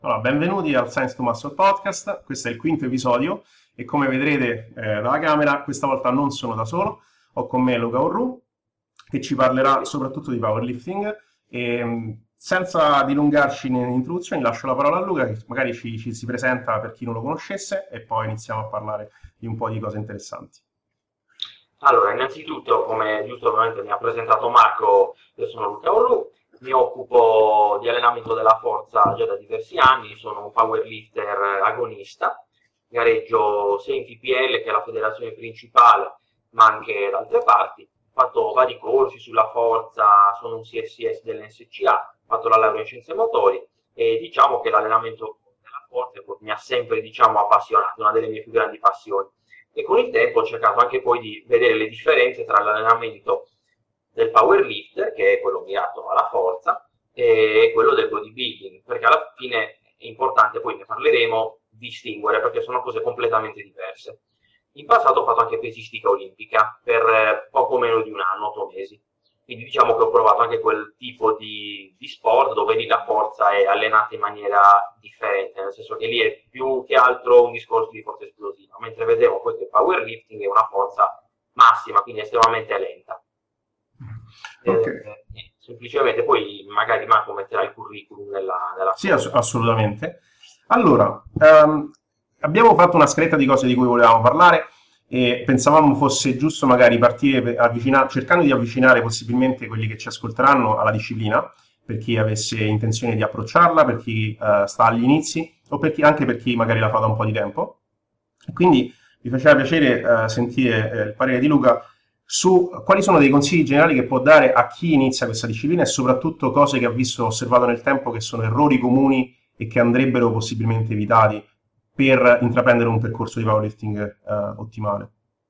Allora, benvenuti al Science to Muscle Podcast, questo è il quinto episodio e come vedrete dalla camera questa volta non sono da solo, ho con me Luca Orru che ci parlerà soprattutto di powerlifting e senza dilungarci nelle introduzioni lascio la parola a Luca che magari ci si presenta per chi non lo conoscesse e poi iniziamo a parlare di un po' di cose interessanti. Allora, innanzitutto, come giusto ovviamente mi ha presentato Marco, io sono Luca Orru, mi occupo di allenamento della forza già da diversi anni, sono un powerlifter agonista, gareggio sia in FPL che è la federazione principale, ma anche da altre parti. Ho fatto vari corsi sulla forza, sono un CSS dell'NSCA, ho fatto la laurea in scienze motori e diciamo che l'allenamento della forza mi ha sempre appassionato, una delle mie più grandi passioni. E con il tempo ho cercato anche poi di vedere le differenze tra l'allenamento del powerlifter, che è quello mirato alla forza, e quello del bodybuilding, perché alla fine è importante, poi ne parleremo, distinguere, perché sono cose completamente diverse. In passato ho fatto anche pesistica olimpica per poco meno di un anno, 8 mesi. Quindi diciamo che ho provato anche quel tipo di sport dove lì la forza è allenata in maniera differente, nel senso che lì è più che altro un discorso di forza esplosiva, mentre vedevo poi che il powerlifting è una forza massima, quindi estremamente lenta. Ok. Semplicemente poi magari Marco metterà il curriculum nella Sì, assolutamente. Allora, abbiamo fatto una scaletta di cose di cui volevamo parlare e pensavamo fosse giusto magari partire cercando di avvicinare possibilmente quelli che ci ascolteranno alla disciplina, per chi avesse intenzione di approcciarla, per chi sta agli inizi o anche per chi magari la fa da un po' di tempo. E quindi mi faceva piacere sentire il parere di Luca su quali sono dei consigli generali che può dare a chi inizia questa disciplina e soprattutto cose che ha visto osservato nel tempo che sono errori comuni e che andrebbero possibilmente evitati per intraprendere un percorso di powerlifting ottimale.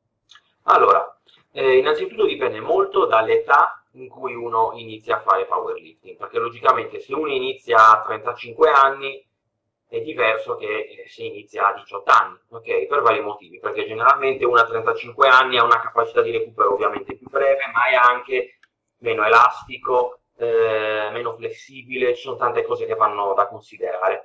Allora, innanzitutto dipende molto dall'età in cui uno inizia a fare powerlifting, perché logicamente se uno inizia a 35 anni è diverso che se inizia a 18 anni, ok? Per vari motivi, perché generalmente uno a 35 anni ha una capacità di recupero ovviamente più breve, ma è anche meno elastico, meno flessibile, ci sono tante cose che vanno da considerare,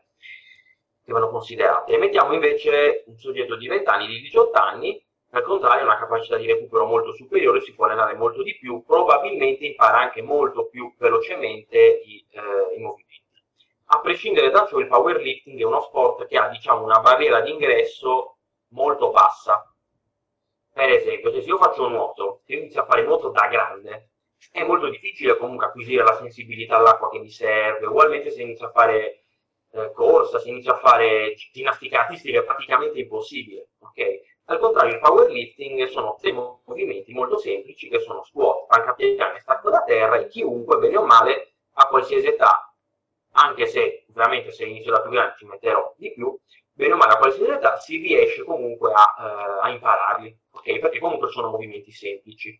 che vanno considerate. E mettiamo invece un soggetto di 20 anni, di 18 anni, al contrario, una capacità di recupero molto superiore, si può allenare molto di più, probabilmente impara anche molto più velocemente i movimenti. A prescindere da ciò, il powerlifting è uno sport che ha, una barriera d'ingresso molto bassa. Per esempio, se io faccio nuoto, se io inizio a fare nuoto da grande, è molto difficile comunque acquisire la sensibilità all'acqua che mi serve. Ugualmente se inizio a fare corsa, se inizio a fare ginnastica artistica è praticamente impossibile, ok? Al contrario, il powerlifting sono 3 movimenti molto semplici che sono squat, panca piana e stacco da terra e chiunque, bene o male, a qualsiasi età, anche se ovviamente se inizio da più grande ci metterò di più, bene o male a qualsiasi età si riesce comunque a impararli, ok? Perché comunque sono movimenti semplici.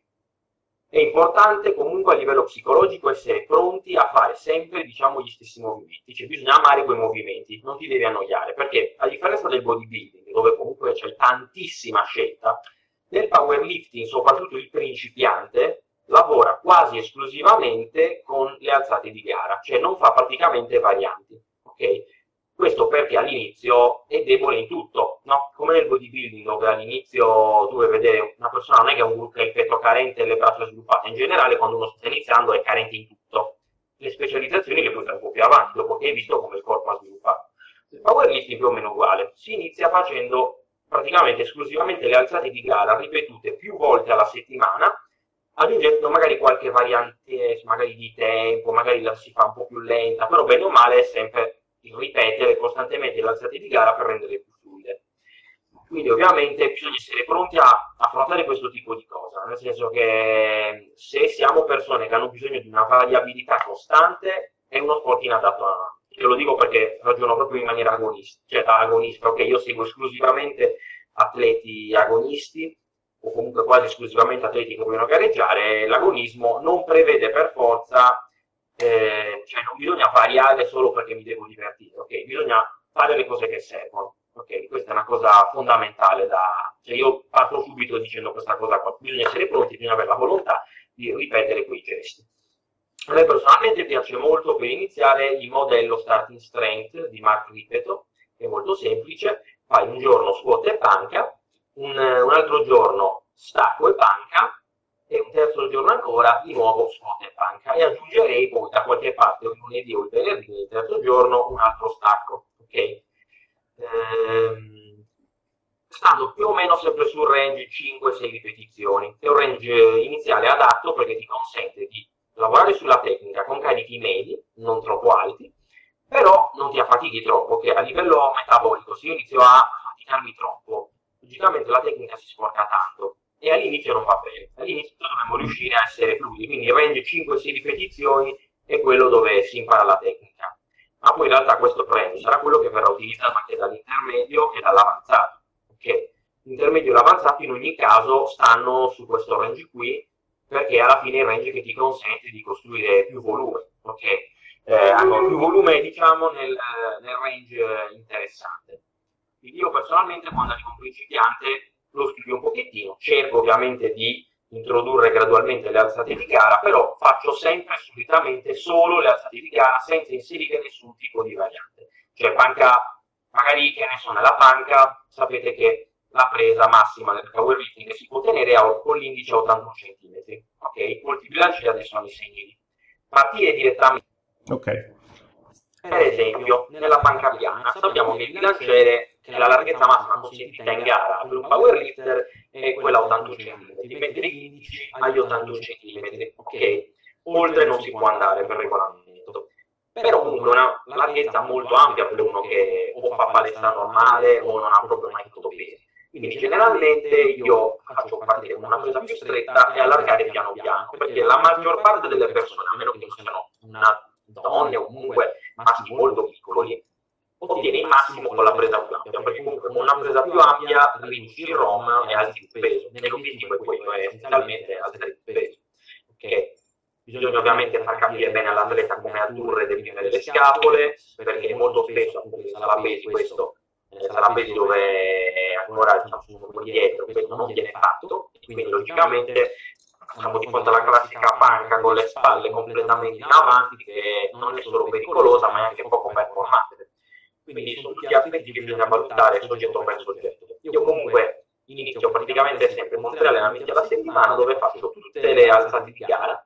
È importante comunque a livello psicologico essere pronti a fare sempre, gli stessi movimenti, cioè bisogna amare quei movimenti, non ti devi annoiare, perché a differenza del bodybuilding, dove comunque c'è tantissima scelta, nel powerlifting, soprattutto il principiante, lavora quasi esclusivamente con le alzate di gara, cioè non fa praticamente varianti, ok? Questo perché all'inizio è debole in tutto, no? Come nel bodybuilding, dove all'inizio tu vuoi vedere una persona non è che ha il petto carente e le braccia sviluppate, in generale quando uno sta iniziando è carente in tutto. Le specializzazioni le puoi fare un po' più avanti, dopo che hai visto come il corpo ha sviluppato. Il powerlifting è più o meno uguale, si inizia facendo praticamente esclusivamente le alzate di gara ripetute più volte alla settimana, aggiungendo magari qualche variante magari di tempo, magari la si fa un po' più lenta, però bene o male è sempre ripetere costantemente le alzate di gara per renderle più fluide. Quindi ovviamente bisogna essere pronti a affrontare questo tipo di cosa, nel senso che se siamo persone che hanno bisogno di una variabilità costante è uno sport inadatto a... Te lo dico perché ragiono proprio in maniera agonista, cioè da agonista, ok, io seguo esclusivamente atleti agonisti o comunque quasi esclusivamente atleti che vogliono gareggiare, l'agonismo non prevede per forza, cioè non bisogna variare solo perché mi devo divertire, ok? Bisogna fare le cose che servono, ok? Questa è una cosa fondamentale cioè io parto subito dicendo questa cosa qua, bisogna essere pronti, bisogna avere la volontà di ripetere quei gesti. A me personalmente piace molto per iniziare il modello Starting Strength di Mark Rippetto, che è molto semplice. Fai un giorno squat e panca, un altro giorno stacco e panca, e un terzo giorno ancora di nuovo squat e panca, e aggiungerei poi da qualche parte il lunedì o il venerdì del terzo giorno un altro stacco, ok? Stando più o meno sempre sul range 5-6 ripetizioni. È un range iniziale adatto perché ti consente di lavorare sulla tecnica con carichi medi, non troppo alti, però non ti affatichi troppo, che a livello metabolico, se io inizio a faticarmi troppo, logicamente la tecnica si sporca tanto e all'inizio non va bene. All'inizio dovremmo riuscire a essere fluidi, quindi il range 5-6 ripetizioni è quello dove si impara la tecnica. Ma poi in realtà questo range sarà quello che verrà utilizzato anche dall'intermedio e dall'avanzato. Okay? L'intermedio e l'avanzato in ogni caso stanno su questo range qui, perché alla fine è il range che ti consente di costruire più volume, ok? Hanno più volume, diciamo, nel range interessante. Quindi io personalmente quando arrivo un principiante lo studio un pochettino, cerco ovviamente di introdurre gradualmente le alzate di gara, però faccio sempre solitamente solo le alzate di gara senza inserire nessun tipo di variante. Cioè panca, magari che ne so, nella panca sapete che la presa massima del powerlifting si può ottenere con l'indice a 81 cm, ok? Molti bilancieri adesso hanno i segni. Partire direttamente. Ok. Per esempio, nella panca piana sappiamo che il bilanciere è la larghezza massima consentita in gara per un powerlifter è quella a 81 cm, mentre gli indici agli 81 cm, ok? Oltre non si può andare per regolamento. Però comunque una larghezza molto ampia per uno che o fa palestra normale o non ha proprio mai fatto pesi. Quindi generalmente io faccio partire con una presa più stretta e allargare piano piano, perché la maggior parte delle persone, a meno che non siano una donne o comunque maschi molto piccoli, ottiene il massimo con la presa più ampia, perché comunque con una presa più ampia riduci il ROM e alzi il peso. Nell'obiettivo è quello, è essenzialmente alzare il peso. Okay. Bisogna ovviamente far capire bene all'atleta come addurre e deprimere le scapole, perché molto spesso, appunto, in sala pesi questo sarà pesi dove ancora diciamo, sono un po' indietro, questo non viene fatto, e quindi logicamente siamo di fronte alla classica panca con le spalle completamente in avanti, che non è solo pericolosa ma è anche poco performante. Quindi sono tutti aspetti che bisogna valutare soggetto per soggetto. Io comunque inizio praticamente sempre con 3 allenamenti alla settimana dove faccio tutte le alzate di gara,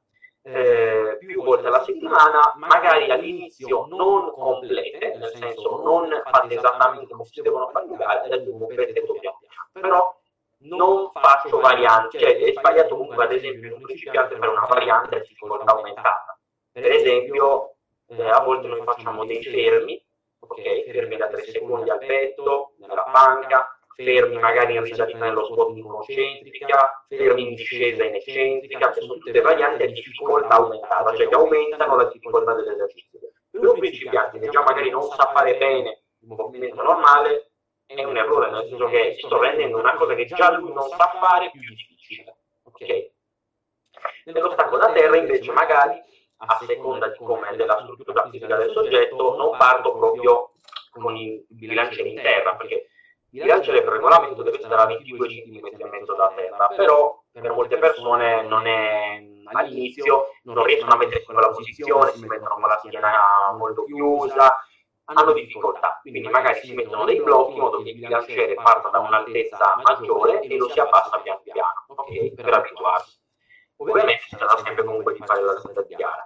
più volte alla settimana, magari all'inizio non complete, nel senso non fatte esattamente come si devono fare in gara, e aggiungo un pezzetto piano piano, però non faccio varianti, cioè è sbagliato comunque ad esempio in un principiante per una variante a difficoltà aumentata. Per esempio a volte noi facciamo dei fermi, ok, fermi da 3 secondi al petto, nella panca, fermi magari in risalita nello squat in concentrica, fermi in discesa in eccentrica, che sono tutte varianti a difficoltà aumentata, cioè che aumentano la difficoltà dell'esercizio. Per un principiante che già magari non sa fare bene un movimento normale, è un errore, nel senso che sto rendendo una cosa che già lui non sa fare più difficile. Ok? Nello stacco da terra invece magari, a seconda di come è della struttura fisica del soggetto, non parto proprio con il bilanciere in terra, perché il bilanciere per regolamento deve stare a 22 cm e mezzo da terra, però per molte persone non è all'inizio, non riescono a mettersi in quella posizione, si mettono con la schiena molto chiusa, hanno difficoltà, quindi magari si mettono dei blocchi in modo che il bilanciere parta da un'altezza maggiore e lo si abbassa piano piano, ok? Per abituarsi. Ovviamente si tratta sempre comunque di fare l'alzata di gara.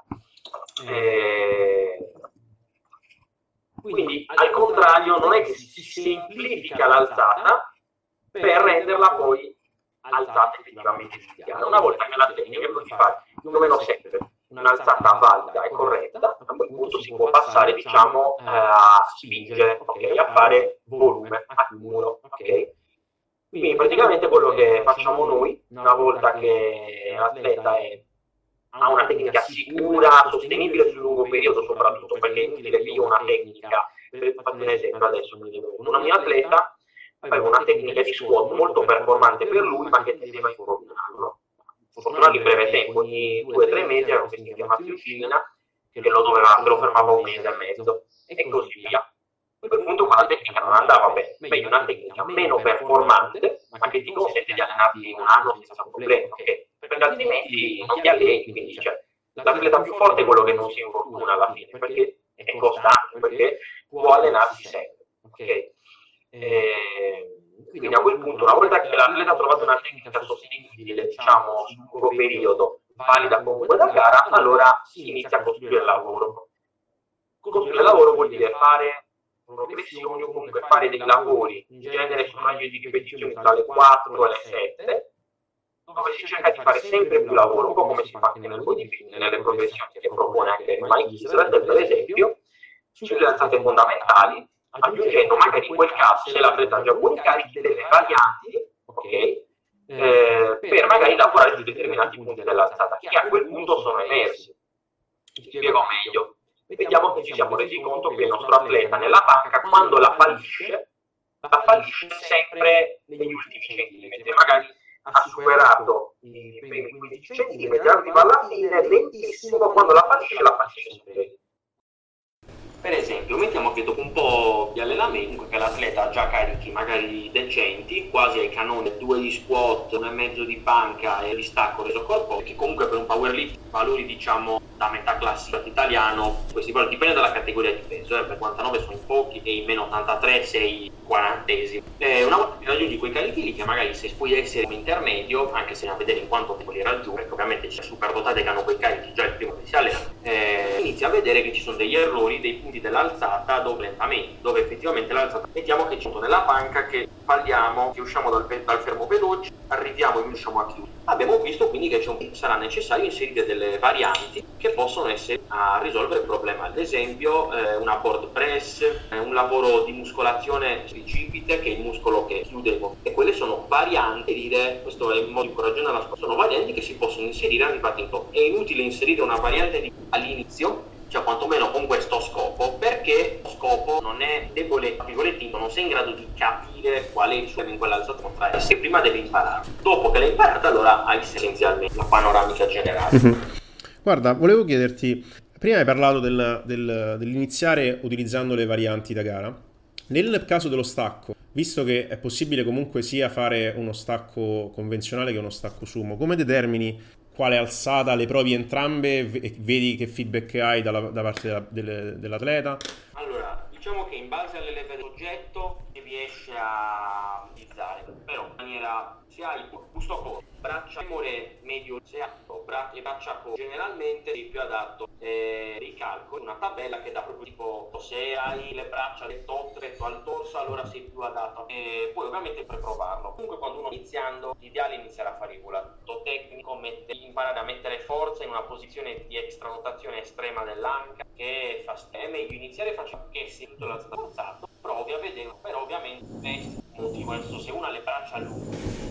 Quindi al contrario non è che si semplifica l'alzata per renderla poi alzata effettivamente di gara. Una volta che la tecnica è di fare più o meno sempre un'alzata valida e corretta, a quel punto si può passare diciamo a spingere, okay? A fare volume, accumulo, ok? Quindi praticamente quello che facciamo noi una volta che l'atleta ha una tecnica sicura, sostenibile sul lungo periodo soprattutto, perché è inutile che io ho una tecnica, faccio un esempio adesso, un mio atleta aveva una tecnica di squat molto performante per lui, ma che tendeva a infortunarlo. Infortunarlo in breve tempo, ogni 2-3 mesi era questa infiammazioncina che lo fermava un mese e mezzo, e così via. A quel punto quella tecnica non andava bene, meglio una tecnica meno performante, ma che ti consente di allenarti un anno senza problemi, perché altrimenti non ti alleni, quindi cioè, L'atleta più forte è quello che non si infortuna alla fine, perché è costante, perché può allenarsi sempre, ok? Quindi a quel punto, una volta che l'atleta ha trovato una tecnica sostenibile, diciamo, sul lungo periodo, valida comunque da gara, allora si inizia a costruire il lavoro. Costruire il lavoro vuol dire fare progressioni o comunque fare dei lavori, in genere su un raggio di ripetizioni tra le 4 e le 7, dove si cerca di fare sempre più lavoro, un po' come si fa anche nel bodybuilding, nelle progressioni che propone anche Mike Israel, per esempio, sulle alzate fondamentali, aggiungendo magari in quel caso, se l'atleta ha già buoni carichi, delle varianti, ok? Per magari lavorare su determinati punti dell'alzata, che a quel punto sono emersi. Ti spiego meglio. Vediamo che ci siamo resi conto che il nostro atleta nella panca, quando la fallisce sempre negli ultimi centimetri, magari ha superato i primi 15 centimetri, arriva alla fine lentissimo, quando la fallisce sempre. Per esempio, mettiamo che dopo un po' di allenamento, che l'atleta ha già carichi magari decenti, quasi ai canoni 2 di squat, 1,5 di panca e di stacco reso corpo, che comunque per un powerlift valori diciamo da metà classico italiano, questi valori dipende dalla categoria di peso, per 49 sono in pochi e in meno 83 sei quarantesimi. Una volta che raggiungi quei carichi lì, che magari se puoi essere un intermedio, anche se a vedere in quanto li raggiungi, perché ovviamente c'è superdotati che hanno quei carichi già il primo che si allena, inizia a vedere che ci sono degli errori, dei punti dell'alzata dove effettivamente l'alzata, vediamo che c'è un punto nella panca che falliamo, che usciamo dal fermo veloce, arriviamo e riusciamo a chiudere. Abbiamo visto quindi che sarà necessario inserire delle varianti che possono essere a risolvere il problema, ad esempio una board press, un lavoro di muscolazione bicipite, che è il muscolo che chiude il movimento, e quelle sono varianti, questo è il modo in cui ragiona la scuola, sono varianti che si possono inserire arrivati in top. È inutile inserire una variante all'inizio, cioè quantomeno con questo scopo, perché lo scopo non è debole, non sei in grado di capire qual è il suo in quell'alzata potrà essere, prima devi imparare, dopo che l'hai imparata allora hai essenzialmente la panoramica generale. Guarda, volevo chiederti, prima hai parlato dell'iniziare utilizzando le varianti da gara. Nel caso dello stacco, visto che è possibile comunque sia fare uno stacco convenzionale che uno stacco sumo, come determini quale alzata, le provi entrambe e vedi che feedback hai da parte dell'atleta? Allora, diciamo che in base alle leve dell'oggetto si riesce a utilizzare, però in maniera, se hai il busto corto, braccia femore medio, se hai e braccia corte, generalmente sei più adatto dei calcoli, una tabella che dà proprio tipo, se hai le braccia retto al torso, allora sei più adatto, e poi ovviamente per provarlo. Comunque quando uno iniziando, l'ideale è iniziare a fare regolato tecnico, imparare a mettere forza in una posizione di extranotazione estrema dell'anca, che fa è meglio iniziare facendo che sia tutto l'alzato forzato, provi a vedere, però ovviamente motivo, adesso se uno ha le braccia lunghe,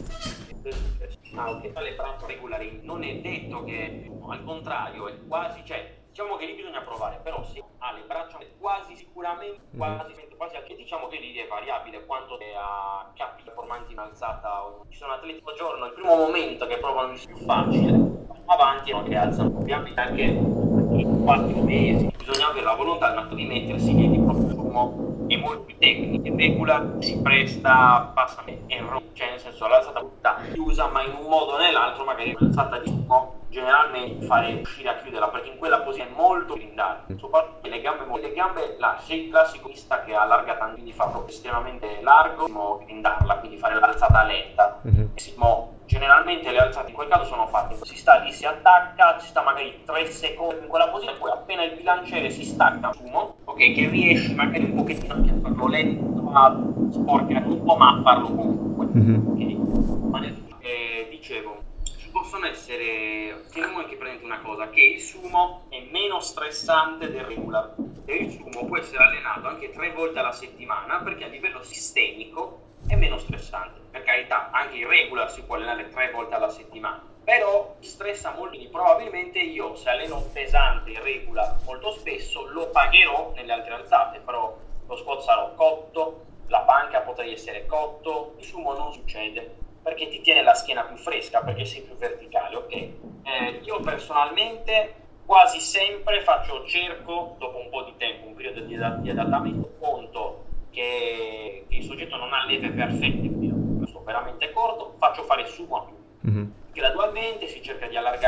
le braccia regolari, non è detto che, al contrario, è quasi, diciamo che lì bisogna provare, però se ha le braccia quasi sicuramente, quasi anche, diciamo che lì è variabile quanto a capire performanti in alzata. Ci sono atleti al giorno, il primo momento che provano il più facile, avanti e che alzano, ovviamente anche in 4 mesi, bisogna avere la volontà di mettersi lì di proprio sumo, è molto più tecnico, e regular si presta, passa errore, cioè nel senso l'alzata tutta chiusa, ma in un modo o nell'altro, magari un'alzata di sumo, generalmente fare uscire a chiuderla, perché in quella posizione è molto blindata, soprattutto le gambe sei il classicista che allarga tanto, quindi fa proprio estremamente largo, blindarla, quindi fare l'alzata lenta. Generalmente le alzate in quel caso sono fatte, si sta lì, si attacca, ci sta magari 3 secondi in quella posizione, poi appena il bilanciere si stacca sumo, ok, che riesci magari un pochettino anche a farlo lento, a sporcare un po', ma a farlo comunque, ok? Dicevo, ci possono essere, teniamo anche presente una cosa, che il sumo è meno stressante del regular, e il sumo può essere allenato anche 3 volte alla settimana, perché a livello sistemico è meno stressante. Per carità, anche il regular si può allenare 3 volte alla settimana, però stressa molto, quindi probabilmente io, se alleno un pesante in regular molto spesso, lo pagherò nelle altre alzate, però lo squat sarò cotto, la panca potrei essere cotto, il sumo non succede, perché ti tiene la schiena più fresca, perché sei più verticale, ok? Io personalmente quasi sempre cerco, dopo un po' di tempo, un periodo di adattamento, conto che il soggetto non ha leve perfette, quindi sto veramente corto, faccio fare sumo a più. Gradualmente si cerca di allargare, bisogna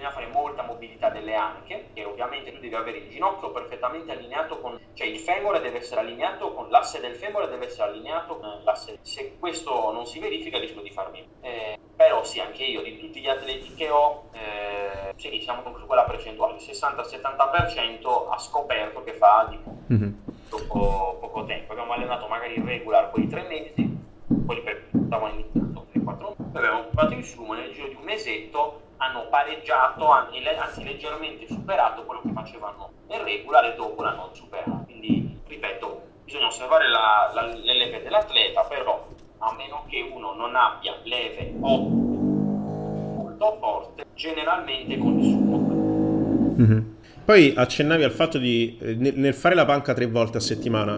bisogna fare molta mobilità delle anche, e ovviamente tu devi avere il ginocchio perfettamente allineato con, cioè il femore deve essere allineato con l'asse del femore, deve essere allineato con l'asse. Se questo non si verifica rischio di farmi. Però sì, anche io di tutti gli atleti che ho, sì, siamo su quella percentuale, il 60-70% ha scoperto che fa di più dopo poco tempo. Abbiamo allenato magari in regular quei 3 mesi, quelli per stavano iniziando 3-4 mesi, abbiamo fatto in sumo nel giro di un mesetto, hanno pareggiato, anzi leggermente superato quello che facevano nel regular e dopo l'hanno superato. Quindi, ripeto, bisogna osservare le leve dell'atleta, però a meno che uno non abbia leve molto forte, generalmente con il sumo. Poi accennavi al fatto di nel fare la panca 3 volte a settimana,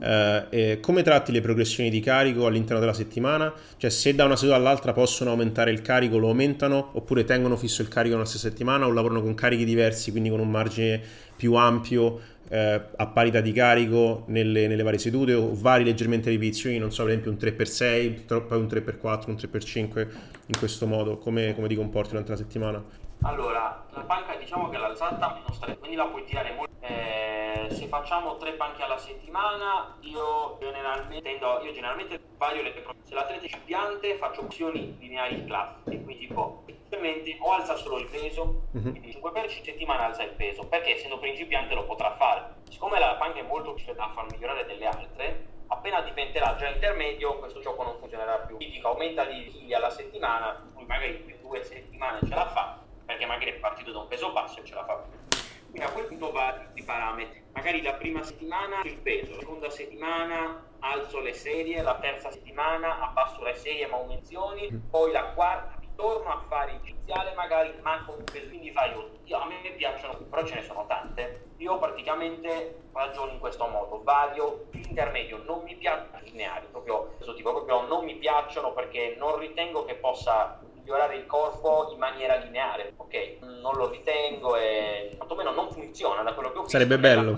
come tratti le progressioni di carico all'interno della settimana? Cioè, se da una seduta all'altra possono aumentare il carico, lo aumentano, oppure tengono fisso il carico nella stessa settimana, o lavorano con carichi diversi, quindi con un margine più ampio a parità di carico nelle varie sedute, o vari leggermente ripetizioni, non so, per esempio un 3x6, poi un 3x4, un 3x5, in questo modo, come ti comporti durante la settimana? Allora, la panca diciamo che l'alzata meno stretta, quindi la puoi tirare molto. Se facciamo 3 panche alla settimana, io generalmente vario le se l'atleta è principiante faccio opzioni lineari classiche, quindi tipo o alza solo il peso, quindi 5% settimana alza il peso, perché essendo principiante lo potrà fare. Siccome la panca è molto difficile da far migliorare delle altre, appena diventerà già intermedio questo gioco non funzionerà più. Quindi aumenta di chili alla settimana, lui magari per 2 settimane ce la fa, perché magari è partito da un peso basso e ce la fa più. Quindi a quel punto va tutti i parametri. Magari la prima settimana il peso, la seconda settimana alzo le serie, la terza settimana abbasso le serie ma menzioni, poi la quarta torno a fare iniziale magari ma con un peso, quindi a me piacciono, però ce ne sono tante. Io praticamente ragiono in questo modo, vario più intermedio, non mi piacciono lineari, proprio questo tipo, proprio non mi piacciono perché non ritengo che possa migliorare il corpo in maniera lineare, ok? Non lo ritengo e quantomeno non funziona da quello che ho visto. Sarebbe bello.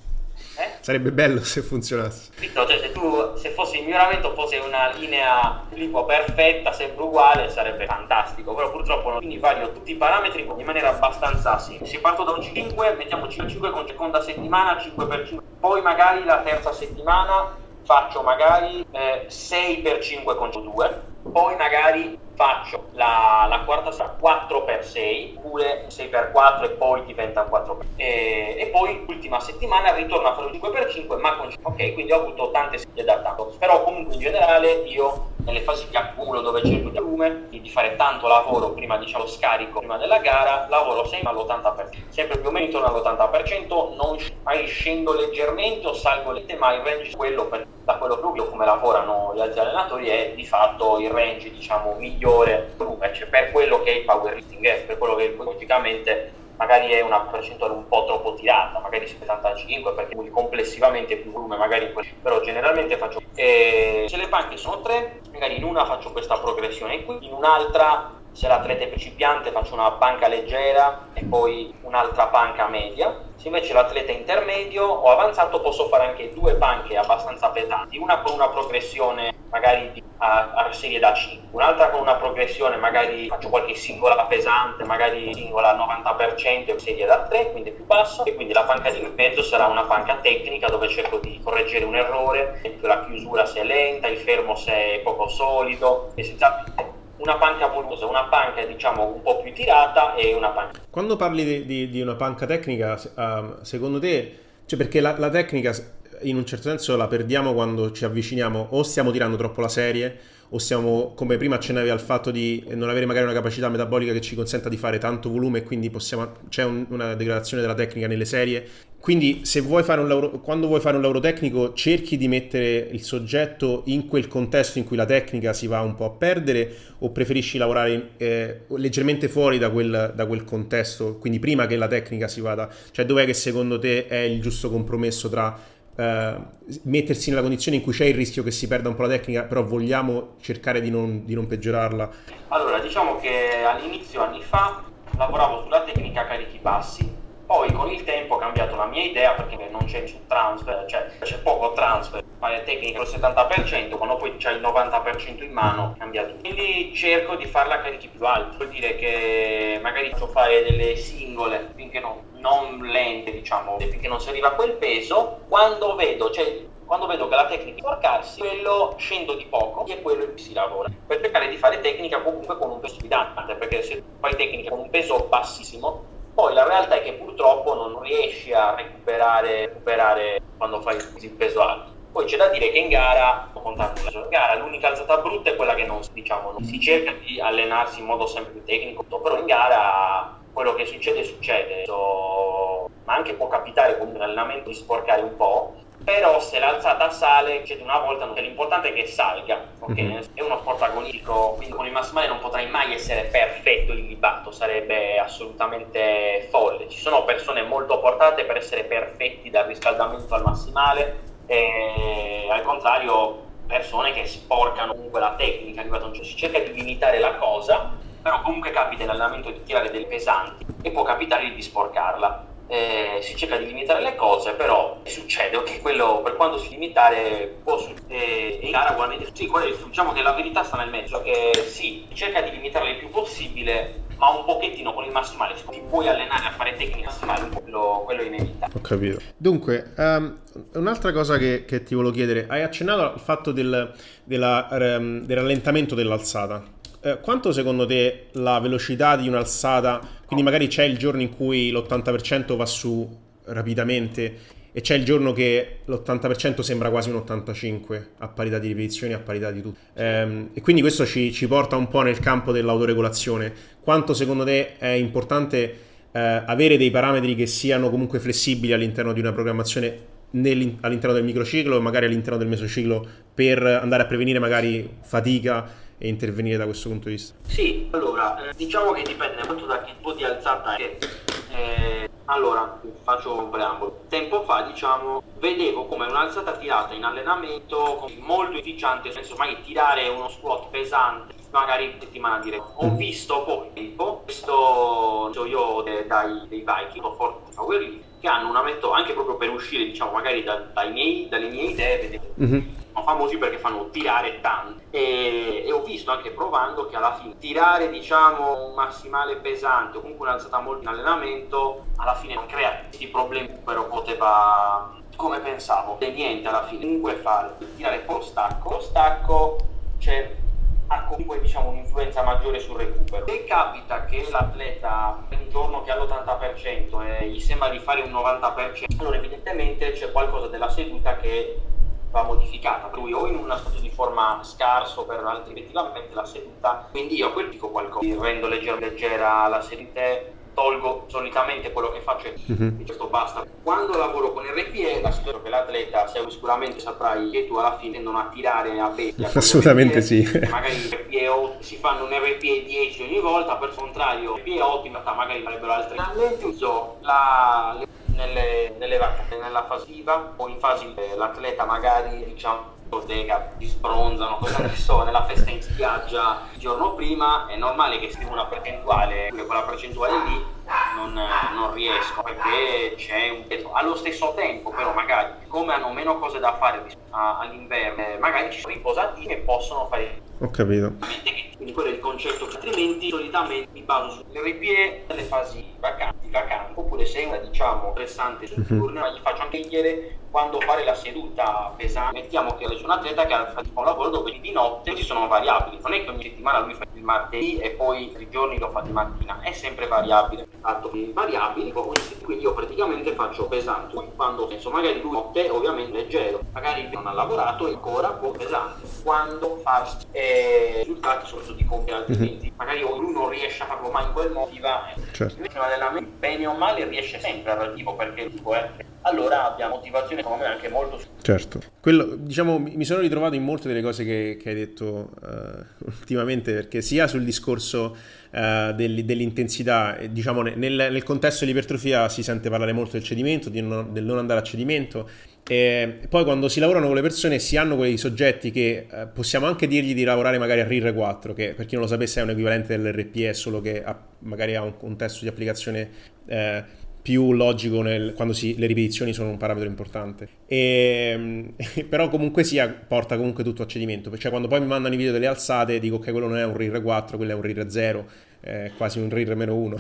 Sarebbe bello se funzionasse. Cioè, se fosse il miglioramento fosse una linea tipo perfetta, sempre uguale, sarebbe fantastico, però purtroppo non. Quindi vario tutti i parametri in maniera abbastanza semplice. Se parto da un 5, mettiamo 5 con seconda settimana, 5x5, poi magari la terza settimana faccio magari 6x5 con 2, poi magari faccio la quarta 4x6 oppure 6x4 e poi diventa 4x. E poi l'ultima settimana ritorno a fare un 5x5 ma con 5. Ok, quindi ho avuto tante sedute da tanto, però comunque in generale io nelle fasi di accumulo dove c'è il volume di fare tanto lavoro prima, diciamo scarico prima della gara, lavoro sempre all'80%, sempre più o meno intorno all'80%, non mai scendo leggermente o salgo leggermente, ma il range quello da quello che io come lavorano gli altri allenatori è di fatto il range diciamo migliore volume, cioè per quello che il powerlifting è, per quello che logicamente magari è una percentuale un po' troppo tirata, magari 75 perché complessivamente più volume magari, però generalmente faccio se le panche sono 3, magari in una faccio questa progressione qui, in un'altra se l'atleta è principiante faccio una panca leggera e poi un'altra panca media. Se invece l'atleta è intermedio o avanzato posso fare anche 2 panche abbastanza pesanti, una con una progressione magari a serie da 5, un'altra con una progressione magari faccio qualche singola pesante, magari singola al 90% e serie da 3, quindi più bassa, e quindi la panca di mezzo sarà una panca tecnica dove cerco di correggere un errore, per esempio la chiusura se è lenta, il fermo se è poco solido, essenzialmente una panca volumosa, una panca diciamo un po' più tirata e una panca. Quando parli di una panca tecnica, secondo te, cioè perché la tecnica in un certo senso la perdiamo quando ci avviciniamo, o stiamo tirando troppo la serie, o siamo, come prima accennavi al fatto di non avere magari una capacità metabolica che ci consenta di fare tanto volume e quindi c'è una degradazione della tecnica nelle serie. Quindi se vuoi fare un lavoro, quando vuoi fare un lavoro tecnico cerchi di mettere il soggetto in quel contesto in cui la tecnica si va un po' a perdere, o preferisci lavorare leggermente fuori da quel contesto, quindi prima che la tecnica si vada, cioè dov'è che secondo te è il giusto compromesso tra mettersi nella condizione in cui c'è il rischio che si perda un po' la tecnica, però vogliamo cercare di non peggiorarla? Allora, diciamo che all'inizio, anni fa, lavoravo sulla tecnica a carichi bassi, poi con il tempo ho cambiato la mia idea perché non c'è nessun transfer, cioè c'è poco transfer fare tecnica al 70%, quando poi c'hai il 90% in mano cambia tutto. Quindi cerco di farla a carichi più alti, vuol dire che magari faccio fare delle singole finché non lente, diciamo, finché non si arriva a quel peso. Quando vedo che la tecnica è sporcarsi, quello scendo di poco e è quello in cui si lavora, per cercare di fare tecnica comunque con un peso sfidante, perché se fai tecnica con un peso bassissimo, poi la realtà è che purtroppo non riesci a recuperare quando fai il peso alto. Poi c'è da dire che in gara l'unica alzata brutta è quella che non si cerca di allenarsi in modo sempre più tecnico, però in gara quello che succede, ma anche può capitare con un allenamento di sporcare un po', però se l'alzata sale, una volta, l'importante è che salga, ok? È uno sport agonistico, quindi con il massimale non potrai mai essere perfetto illibato, sarebbe assolutamente folle. Ci sono persone molto portate per essere perfetti dal riscaldamento al massimale, e al contrario persone che sporcano comunque la tecnica, si cerca di limitare la cosa, però comunque capita nell'allenamento di tirare delle pesanti e può capitare di sporcarla. Si cerca di limitare le cose, però succede che quello, per quanto si limitare, può succedere in gara ugualmente. Sì, diciamo che la verità sta nel mezzo, che sì, cerca di limitarle il più possibile, ma un pochettino con il massimale, se ti puoi allenare a fare tecnica massimale, quello è inevitabile. Ho capito. Dunque, un'altra cosa che ti volevo chiedere, hai accennato al fatto del rallentamento dell'alzata. Quanto secondo te la velocità di un'alzata, quindi magari c'è il giorno in cui l'80% va su rapidamente e c'è il giorno che l'80% sembra quasi un 85% a parità di ripetizioni, a parità di tutto, e quindi questo ci porta un po' nel campo dell'autoregolazione. Quanto secondo te è importante avere dei parametri che siano comunque flessibili all'interno di una programmazione all'interno del microciclo e magari all'interno del mesociclo, per andare a prevenire magari fatica e intervenire da questo punto di vista? Sì, allora, diciamo che dipende molto da che tipo di alzata è. Allora, faccio un preambolo. Tempo fa, vedevo come un'alzata tirata in allenamento molto efficiente, nel senso magari tirare uno squat pesante, magari settimana di recupero. Ho visto poi questo io dai Viking, forti powerlifting, che hanno un metodo anche proprio per uscire, magari dalle mie idee, sono famosi perché fanno tirare tanto, e ho visto anche provando che alla fine tirare un massimale pesante o comunque un'alzata molto in allenamento alla fine non crea questi problemi, però poteva, come pensavo, e niente alla fine. Comunque tirare poi lo stacco ha comunque un'influenza maggiore sul recupero. Se capita che l'atleta è un giorno che ha l'80% e gli sembra di fare un 90%, allora evidentemente c'è qualcosa della seduta che va modificata, per cui o in uno stato di forma scarso, per altri effettivamente la seduta, quindi io a quel dico qualcosa, rendo leggera la seduta, tolgo solitamente quello che faccio e questo basta. Quando lavoro con RPE, la situazione che l'atleta, sicuramente saprai che tu alla fine tendono a tirare a bestia. Assolutamente sì. Magari RPE si fanno un RPE 10 ogni volta, per il contrario RPE 8 in realtà magari farebbero altri. Uso nelle vacanze, nella fase viva o in fase l'atleta magari bottega, si sbronzano, cosa ne so, nella festa in spiaggia il giorno prima, è normale che scriva una percentuale, quella percentuale lì non riesco perché c'è un peso. Allo stesso tempo però magari, come hanno meno cose da fare all'inverno, magari ci sono riposati e possono fare. Ho capito. Quindi quello è il concetto, altrimenti solitamente mi baso sull'RPE delle fasi vacanti, oppure se è una interessante sul turno, gli faccio anche chiedere quando fare la seduta pesante. Mettiamo che c'è un atleta che fa un lavoro dove di notte ci sono variabili, non è che ogni settimana lui fa il martedì e poi 3 giorni lo fa di mattina, è sempre variabile, variabili, quindi io praticamente faccio pesante, quando magari lui notte ovviamente leggero, magari non ha lavorato e ancora un po' pesante, quando fa risultati soprattutto di compiere altrimenti magari lui non riesce a farlo mai in quel modo, certo. Invece l'allenamento bene o male riesce sempre a raggiungere perché il tipo allora abbiamo motivazione secondo me anche molto. Certo, quello mi sono ritrovato in molte delle cose che hai detto ultimamente, perché sia sul discorso dell'intensità, nel contesto dell'ipertrofia si sente parlare molto del cedimento, del non andare a cedimento, e poi quando si lavorano con le persone si hanno quei soggetti che possiamo anche dirgli di lavorare magari a RIR 4, che per chi non lo sapesse è un equivalente dell'RPE, solo che magari ha un contesto di applicazione più logico quando le ripetizioni sono un parametro importante. Però comunque sia, porta comunque tutto a cedimento. Cioè quando poi mi mandano i video delle alzate dico ok, quello non è un RIR 4, quello è un RIR 0, quasi un RIR meno 1.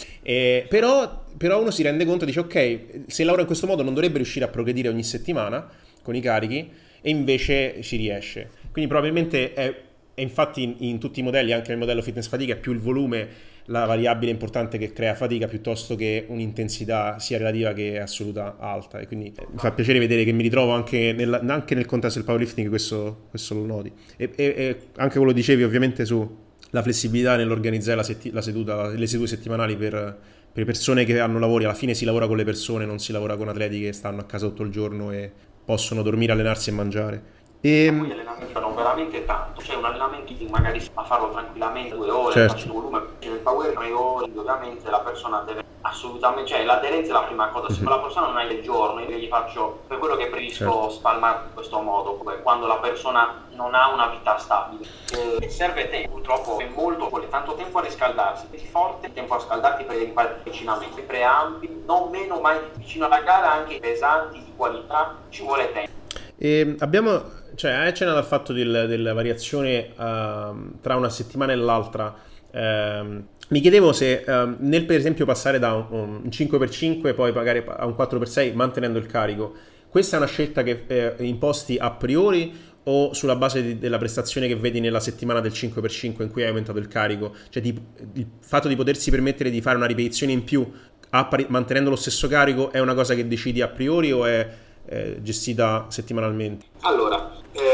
Però uno si rende conto e dice ok, se lavora in questo modo non dovrebbe riuscire a progredire ogni settimana con i carichi, e invece ci riesce. Quindi probabilmente è infatti in tutti i modelli, anche nel modello fitness fatica, è più il volume la variabile importante che crea fatica piuttosto che un'intensità sia relativa che assoluta alta, e quindi mi fa piacere vedere che mi ritrovo anche nel contesto del powerlifting, questo lo noti, e anche quello dicevi ovviamente su la flessibilità nell'organizzare le sedute settimanali per persone che hanno lavori. Alla fine si lavora con le persone, non si lavora con atleti che stanno a casa tutto il giorno e possono dormire, allenarsi e mangiare. Poi gli allenamenti vanno veramente tanto, c'è un allenamento che magari a farlo tranquillamente 2 ore, certo, faccio volume, nel power 3 ore, ovviamente la persona deve assolutamente, cioè l'aderenza è la prima cosa, se la persona non ha il giorno, io gli faccio, per quello che preferisco certo, spalmare in questo modo, quando la persona non ha una vita stabile, serve tempo, purtroppo è molto, vuole tanto tempo a riscaldarsi, è forte tempo a scaldarti per fare avvicinamenti, preampi, non meno mai vicino alla gara, anche pesanti, di qualità, ci vuole tempo. E abbiamo, cioè, hai accennato al fatto della variazione tra una settimana e l'altra. Mi chiedevo se nel per esempio passare da un 5x5 poi magari a un 4x6 mantenendo il carico, questa è una scelta che imposti a priori o sulla base della prestazione che vedi nella settimana del 5x5 in cui hai aumentato il carico? Cioè il fatto di potersi permettere di fare una ripetizione in più mantenendo lo stesso carico è una cosa che decidi a priori o è gestita settimanalmente? Allora,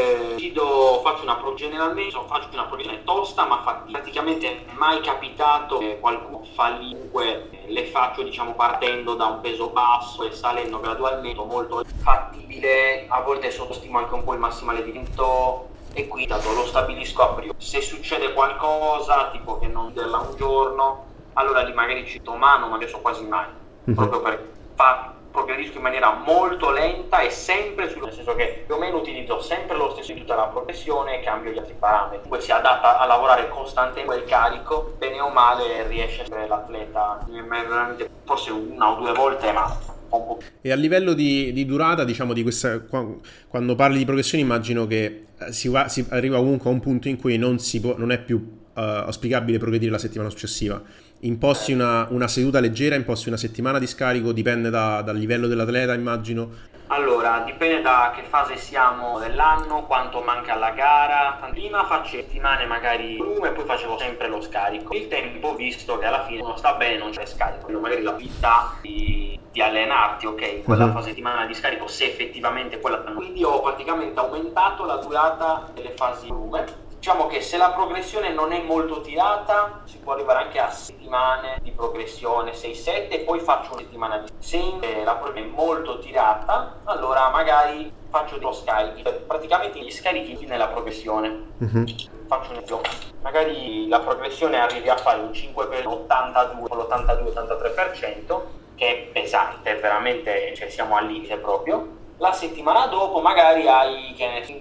faccio una progressione tosta ma fatica. Praticamente è mai capitato che qualcuno fallisce, le faccio diciamo partendo da un peso basso e salendo gradualmente, molto fattibile, a volte sottostimo anche un po' il massimale di vento e qui lo stabilisco a priori. Se succede qualcosa, tipo che non dirla un giorno, allora lì magari ci do mano, ma adesso quasi mai, proprio per progredisco in maniera molto lenta e sempre nel senso che più o meno utilizzo sempre lo stesso di tutta la progressione e cambio gli altri parametri. Poi si adatta a lavorare costantemente il carico, bene o male riesce a essere l'atleta veramente forse 1 o 2 volte, ma un po'. E a livello di durata, diciamo, di questa, quando parli di progressione immagino che si arriva comunque a un punto in cui non è più auspicabile progredire la settimana successiva. Imposti una seduta leggera, imposti una settimana di scarico, dipende dal livello dell'atleta, immagino. Allora, dipende da che fase siamo dell'anno, quanto manca alla gara. Prima faccio settimane magari e poi facevo sempre lo scarico. Il tempo, visto che alla fine non sta bene, non c'è scarico, quindi magari l'abilità di allenarti, ok, in quella fase settimana di scarico, se effettivamente quella. Quindi ho praticamente aumentato la durata delle fasi volume. Diciamo che se la progressione non è molto tirata si può arrivare anche a settimane di progressione, 6-7, e poi faccio una settimana di. Se la progressione è molto tirata, allora magari faccio dei scarichi, praticamente gli scarichi nella progressione. Faccio un esempio, magari la progressione arrivi a fare un 5 per 82 con l'82-83%, che è pesante, veramente, cioè siamo al limite proprio. La settimana dopo magari hai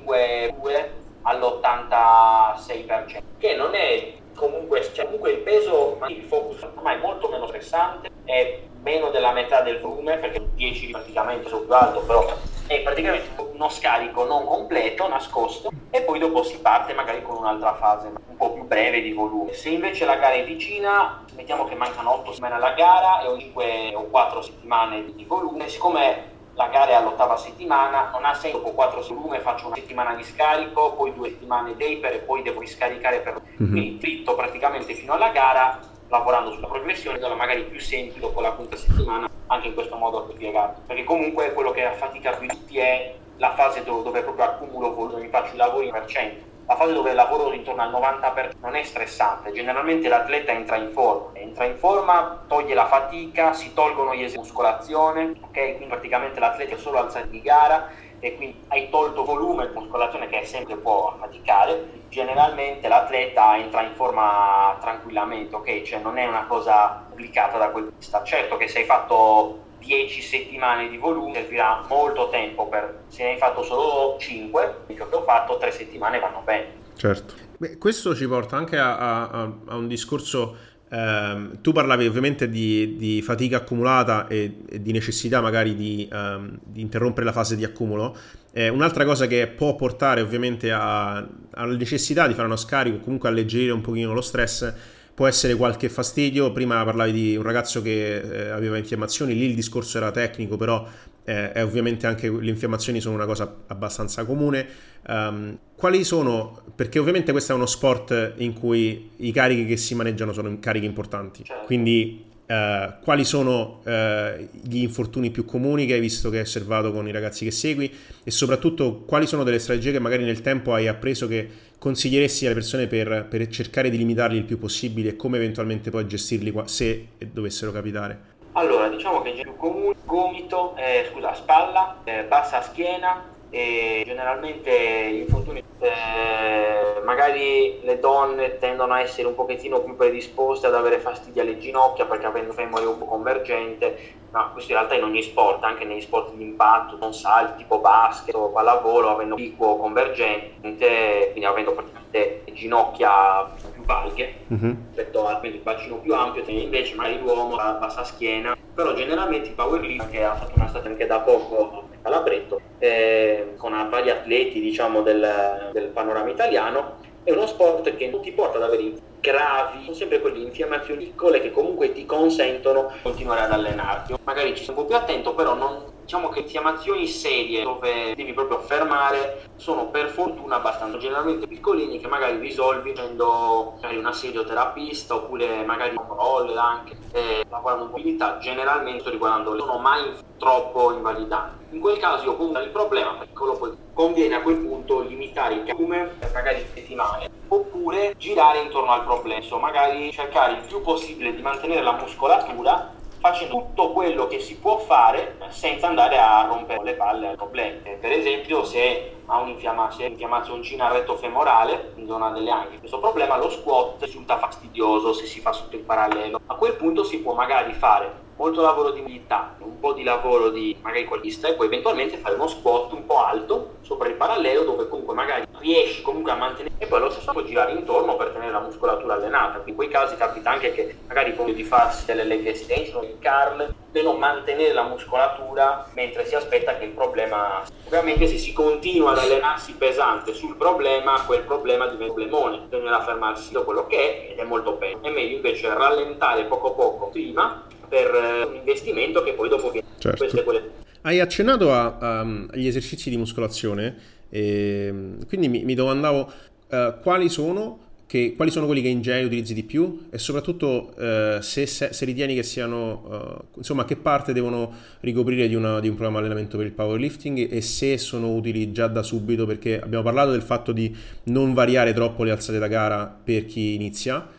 5-2 all'86%, che non è comunque il peso, ma il focus ormai è molto meno stressante, è meno della metà del volume, perché 10 praticamente sul più alto, però è praticamente uno scarico non completo, nascosto, e poi dopo si parte magari con un'altra fase un po' più breve di volume. Se invece la gara è vicina, mettiamo che mancano 8 settimane alla gara e ho 5 o 4 settimane di volume, siccome la gara è all'8ª settimana, non ha senso dopo 4 volume faccio una settimana di scarico, poi 2 settimane taper e poi devo riscaricare quindi fritto praticamente fino alla gara, lavorando sulla progressione, dove magari più semplice dopo la quinta settimana, anche in questo modo ho spiegato, perché comunque quello che affatica più tutti è la fase dove proprio accumulo volume, mi faccio i lavori per cento. La fase dove lavoro intorno al 90% non è stressante, generalmente l'atleta entra in forma, toglie la fatica, si tolgono gli esercizi di muscolazione, ok? Quindi praticamente l'atleta è solo alzati di gara e quindi hai tolto volume di muscolazione che sempre può affaticare. Generalmente l'atleta entra in forma tranquillamente, ok? Cioè non è una cosa complicata da quel punto di vista. Certo che se hai fatto 10 settimane di volume servirà molto tempo se ne hai fatto solo 5, che ho fatto 3 settimane vanno bene. Certo. Beh, questo ci porta anche a un discorso Tu parlavi ovviamente di fatica accumulata e di necessità magari di interrompere la fase di accumulo. Un'altra cosa che può portare ovviamente alla necessità di fare uno scarico, comunque alleggerire un pochino lo stress, può essere qualche fastidio. Prima parlavi di un ragazzo che aveva infiammazioni, lì il discorso era tecnico, però è ovviamente anche le infiammazioni sono una cosa abbastanza comune. Quali sono, perché ovviamente questo è uno sport in cui i carichi che si maneggiano sono carichi importanti, Certo. quindi quali sono gli infortuni più comuni che hai visto, che hai osservato con i ragazzi che segui, e soprattutto quali sono delle strategie che magari nel tempo hai appreso che consiglieresti alle persone per cercare di limitarli il più possibile, e come eventualmente poi gestirli se dovessero capitare? Allora, diciamo che i più comuni, gomito, spalla, bassa schiena, e generalmente gli infortuni, magari le donne tendono a essere un pochettino più predisposte ad avere fastidi alle ginocchia perché avendo femore un po' convergente, ma questo in realtà in ogni sport, anche negli sport di impatto, non salti tipo basket o pallavolo, avendo pico convergente, quindi avendo praticamente le ginocchia più valghe rispetto al bacino più ampio, invece magari l'uomo ha bassa schiena. Però generalmente il powerlifting, che ha fatto una stagione anche da poco a Labretto, con vari atleti diciamo del panorama italiano, è uno sport che non ti porta ad avere gravi, sono sempre quelle infiammazioni piccole che comunque ti consentono di continuare ad allenarti. Magari ci sei un po' più attento, però non, diciamo che infiammazioni serie dove devi proprio fermare sono per fortuna abbastanza generalmente piccolini, che magari risolvi facendo magari una sedioterapista oppure magari un roll anche, lavorando in mobilità. Generalmente sto riguardando, non sono mai troppo invalidanti. In quel caso io punto il problema, perché poi conviene a quel punto limitare il calume per magari settimane, oppure girare intorno al problema, magari cercare il più possibile di mantenere la muscolatura facendo tutto quello che si può fare senza andare a rompere le palle al problema. Per esempio, se ha un'infiammazioncina al retto femorale, in zona delle anche, questo problema, lo squat risulta fastidioso se si fa sotto il parallelo. A quel punto si può magari fare molto lavoro di mobilità, un po' di lavoro di magari qualista, e poi eventualmente fare uno squat un po' alto sopra il parallelo, dove comunque magari riesci comunque a mantenere, e poi allo stesso tempo girare intorno per tenere la muscolatura allenata. Quindi in quei casi capita anche che magari poi di farsi delle leg extension, il curl, per non mantenere la muscolatura mentre si aspetta che il problema. Ovviamente se si continua ad allenarsi pesante sul problema, quel problema diventa un problemone, bisognerà fermarsi da quello che è, ed è molto peggio. È meglio invece rallentare poco poco prima per un investimento che poi dopo viene. Certo. Queste quelle. Hai accennato agli esercizi di muscolazione, quindi mi domandavo quali sono quelli che in genere utilizzi di più, e soprattutto se ritieni che siano, insomma, che parte devono ricoprire di un programma di allenamento per il powerlifting, e se sono utili già da subito, perché abbiamo parlato del fatto di non variare troppo le alzate da gara per chi inizia,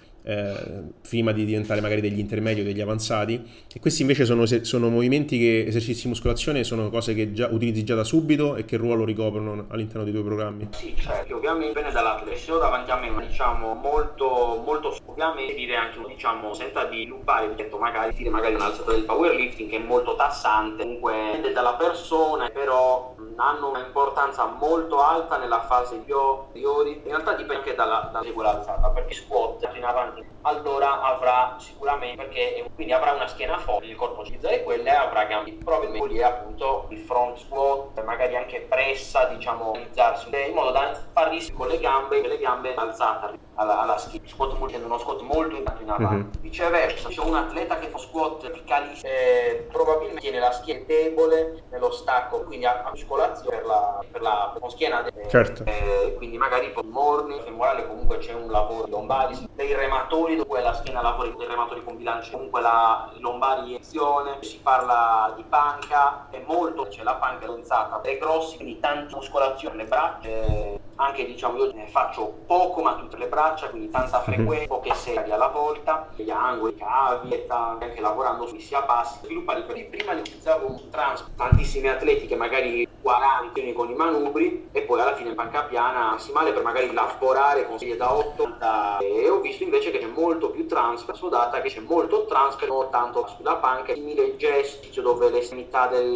prima di diventare magari degli intermedi o degli avanzati, e questi invece sono movimenti, che esercizi di muscolazione sono cose che utilizzi già da subito, e che ruolo ricoprono all'interno dei tuoi programmi? Sì, certo, ovviamente dipende dall'atleta. Se ho davanti a me, diciamo, molto ovviamente dire anche, diciamo, senza di loopare, magari un'alzata del powerlifting che è molto tassante, comunque dipende dalla persona, però hanno un'importanza molto alta nella fase superiore. In realtà dipende anche dalla alzata, perché squat in avanti allora avrà sicuramente, perché quindi avrà una schiena forte, il corpo utilizzare quelle, avrà gambe, probabilmente lì è appunto il front squat, magari anche pressa, diciamo, alzarsi in modo da farli con le gambe alzate alla schiena. Uno squat molto in avanti. Viceversa, se ho un atleta che fa squat verticalissimo, probabilmente tiene la schiena debole nello stacco, quindi ha muscolazione con schiena certo. Quindi magari per il morni femorale comunque c'è un lavoro di lombari, dei rematori dove la schiena lavora, dei rematori con bilancia, comunque la lombari in azione. Si parla di panca, è molto, c'è la panca alzata, è grossi, quindi tanta muscolazione, le braccia, anche diciamo io ne faccio poco ma tutte le braccia, quindi tanta frequenza, poche serie alla volta, gli angoli, cavi, anche lavorando sui sia passi, sviluppare. Prima ne utilizzavo un transfer, tantissimi atleti che magari 40 con i manubri, e poi alla fine in panca piana massimale per magari lavorare con serie da 8, e ho visto invece che c'è molto più transfer, sudata che c'è molto transfer, non tanto sulla panca, simile gesto dove l'estremità del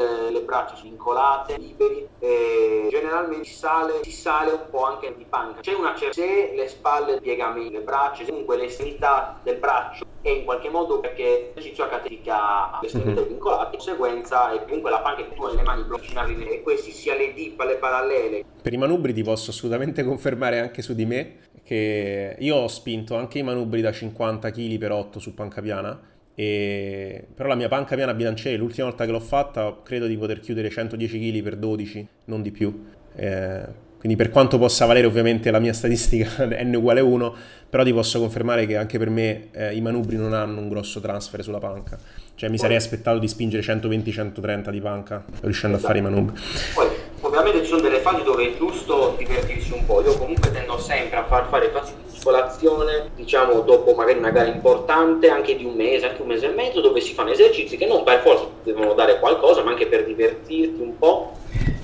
le braccia sono vincolate, liberi, e generalmente si sale un po' anche di panca. C'è una certa, se le spalle, i piegamenti, le braccia, comunque le estremità del braccio, e in qualche modo perché l'esercizio catetico le estremità vincolate, di conseguenza, e comunque la panca che tu hai le mani bloccate, e questi sia le dip, le parallele. Per i manubri ti posso assolutamente confermare anche su di me che io ho spinto anche i manubri da 50 kg per 8 su panca piana, però la mia panca piana bilanciere l'ultima volta che l'ho fatta credo di poter chiudere 110 kg per 12, non di più. Quindi per quanto possa valere ovviamente la mia statistica n uguale 1, però ti posso confermare che anche per me i manubri non hanno un grosso transfer sulla panca. Cioè mi sarei aspettato di spingere 120-130 di panca riuscendo a fare i manubri. Poi ovviamente ci sono delle fasi dove è giusto divertirsi un po'. Io comunque tendo sempre a far fare fasi di muscolazione, diciamo dopo magari una gara importante, anche di un mese e mezzo, dove si fanno esercizi che non per forza devono dare qualcosa, ma anche per divertirti un po'.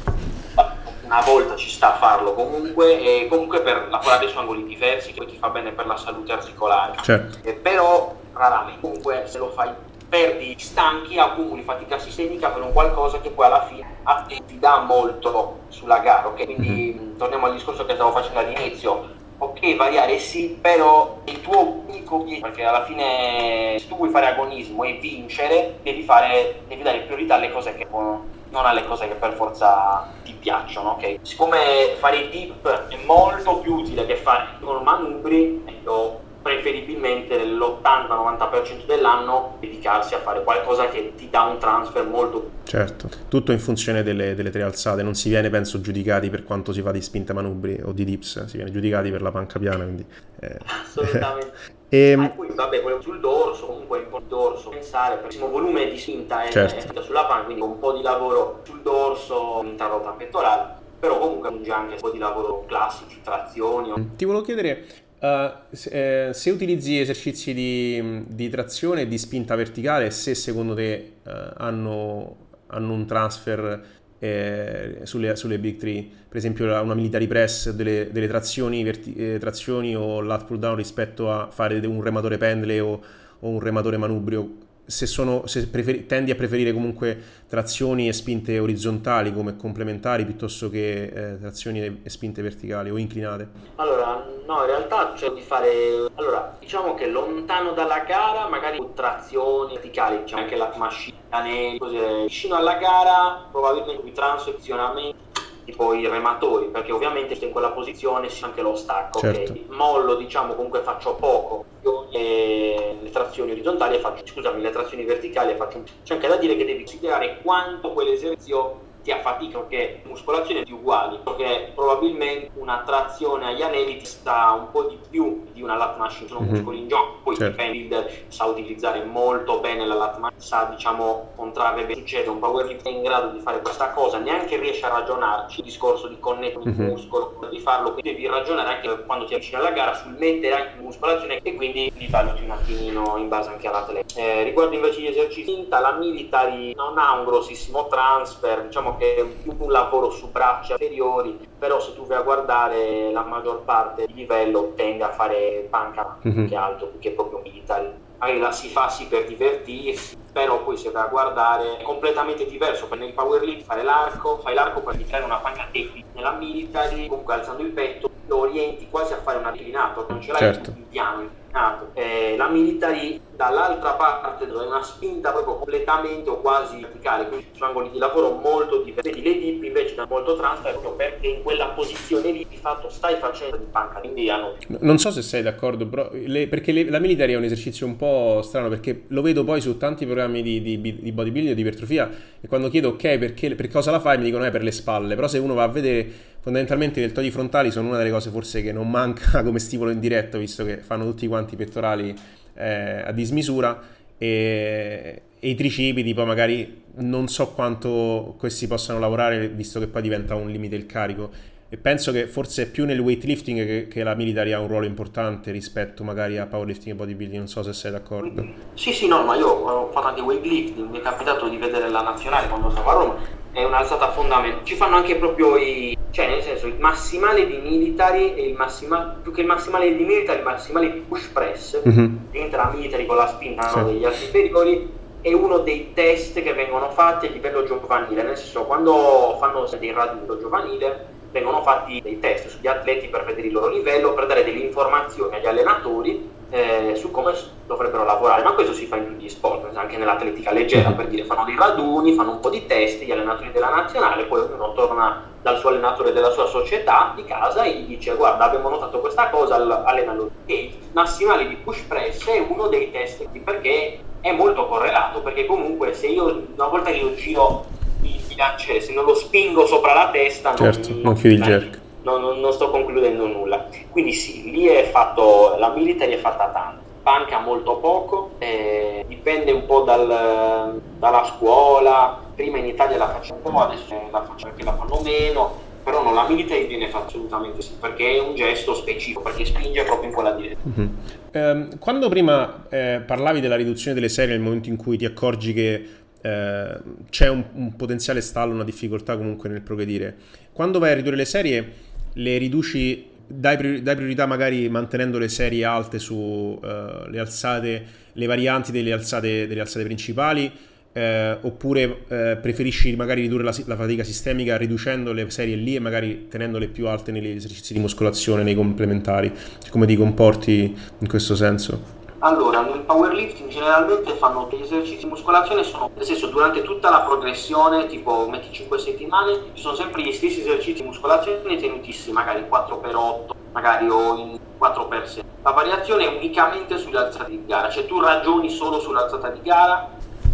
Una volta ci sta a farlo comunque, e comunque per lavorare su angoli diversi, che ti fa bene per la salute articolare. Certo. Però raramente, comunque se lo fai perdi stanchi, accumuli fatica sistemica per un qualcosa che poi alla fine a te ti dà molto sulla gara, ok? Quindi torniamo al discorso che stavo facendo all'inizio. Ok, variare sì, però il tuo unico obiettivo, perché alla fine se tu vuoi fare agonismo e vincere, devi dare priorità alle cose che non alle cose che per forza ti piacciono, ok? Siccome fare i dip è molto più utile che fare con manubri, io preferibilmente l'80-90% dell'anno dedicarsi a fare qualcosa che ti dà un transfer molto. Certo, tutto in funzione delle tre alzate, non si viene penso giudicati per quanto si fa di spinte manubri o di dips, si viene giudicati per la panca piana, quindi assolutamente. Poi vabbè, quello sul dorso, comunque il dorso, pensare per il volume di spinta è sulla panca, quindi un po' di lavoro sul dorso, intrarotta pettorale, però comunque aggiunge anche un po' di lavoro classici, trazioni. Ti volevo chiedere se utilizzi esercizi di trazione e di spinta verticale, se secondo te hanno un transfer sulle big three, per esempio una military press, delle trazioni o lat pull down rispetto a fare un rematore pendole o un rematore manubrio, se tendi a preferire comunque trazioni e spinte orizzontali come complementari piuttosto che trazioni e spinte verticali o inclinate? Allora, no, in realtà cerco di fare, diciamo che lontano dalla gara, magari trazioni verticali, diciamo anche la machine, così, vicino alla gara, probabilmente i transezionamenti, tipo i rematori, perché ovviamente in quella posizione c'è anche lo stacco, certo. Okay? Mollo, diciamo, comunque faccio poco, le trazioni orizzontali le trazioni verticali faccio. C'è anche da dire che devi considerare quanto quell'esercizio ti affatica, perché muscolazioni più uguali, perché probabilmente una trazione agli anelli ti sta un po' di più di una lat machine, sono muscoli in gioco, poi certo. Il builder sa utilizzare molto bene la lat machine, sa diciamo contrarre bene, succede un powerlifter in grado di fare questa cosa, neanche riesce a ragionarci, il discorso di connettere il muscolo, di farlo, quindi devi ragionare anche quando ti avvicini alla gara sul mettere anche muscolazione e quindi li valuti un attimino in base anche all'atleta. Riguardo invece gli esercizi, la military non ha un grossissimo transfer, diciamo che è più un lavoro su braccia inferiori, però se tu vai a guardare la maggior parte di livello tende a fare panca più che altro, perché è proprio military. Magari la si fa sì per divertirsi, però poi se vai a guardare è completamente diverso, perché nel powerlift fai l'arco per creare una panca tecnica, nella military comunque alzando il petto lo orienti quasi a fare un declinato, non ce l'hai certo. In piano inclinato. La military dall'altra parte dove è una spinta proprio completamente o quasi verticale, quindi su angoli di lavoro molto diversi. Vedi, le dip invece danno molto transfer proprio perché in quella posizione lì di fatto stai facendo di panca, quindi hanno. Non so se sei d'accordo, però perché la military è un esercizio un po' strano, perché lo vedo poi su tanti programmi di bodybuilding o di ipertrofia, e quando chiedo ok per cosa la fai mi dicono per le spalle, però se uno va a vedere fondamentalmente i deltoidi frontali sono una delle cose forse che non manca come stimolo indiretto, visto che fanno tutti quanti i pettorali a dismisura, e i tricipiti poi magari non so quanto questi possano lavorare, visto che poi diventa un limite il carico, e penso che forse è più nel weightlifting che la military ha un ruolo importante rispetto magari a powerlifting e bodybuilding, non so se sei d'accordo. Sì, no, ma io ho fatto anche weightlifting, mi è capitato di vedere la nazionale quando stavo a Roma, è un'alzata fondamentale, ci fanno anche proprio il massimale di military e più che il massimale di military, il massimale di push press, entra la military con la spinta degli arti inferiori, è uno dei test che vengono fatti a livello giovanile, nel senso quando fanno dei raduni giovanile vengono fatti dei test sugli atleti per vedere il loro livello, per dare delle informazioni agli allenatori su come dovrebbero lavorare, ma questo si fa in tutti gli sport, anche nell'atletica leggera, per dire, fanno dei raduni, fanno un po' di test, gli allenatori della nazionale, poi ognuno torna dal suo allenatore della sua società di casa e gli dice guarda abbiamo notato questa cosa, allenalo. E il massimale di push press è uno dei test perché è molto correlato, perché comunque se io una volta che io giro il bilanciere, se non lo spingo sopra la testa non chiudi il jerk. Non sto concludendo nulla. Quindi sì, lì è fatto, la military è fatta tanto, panca molto poco, dipende un po' dalla scuola. Prima in Italia la facciamo un po', adesso la faccio perché la fanno meno, però no, la military viene fatta assolutamente sì, perché è un gesto specifico, perché spinge proprio in quella direzione. Quando prima parlavi della riduzione delle serie nel momento in cui ti accorgi che c'è un potenziale stallo, una difficoltà comunque nel progredire, quando vai a ridurre le serie le riduci, dai priorità magari mantenendo le serie alte su le alzate, le varianti delle alzate principali, oppure preferisci magari ridurre la fatica sistemica riducendo le serie lì e magari tenendole più alte negli esercizi di muscolazione, nei complementari? Come ti comporti in questo senso? Allora, nel powerlifting generalmente fanno degli esercizi di muscolazione, nel senso durante tutta la progressione, tipo metti 5 settimane, ci sono sempre gli stessi esercizi di muscolazione tenutissimi, magari 4x8, magari o in 4x6. La variazione è unicamente sulle alzate di gara, cioè tu ragioni solo sull'alzata di gara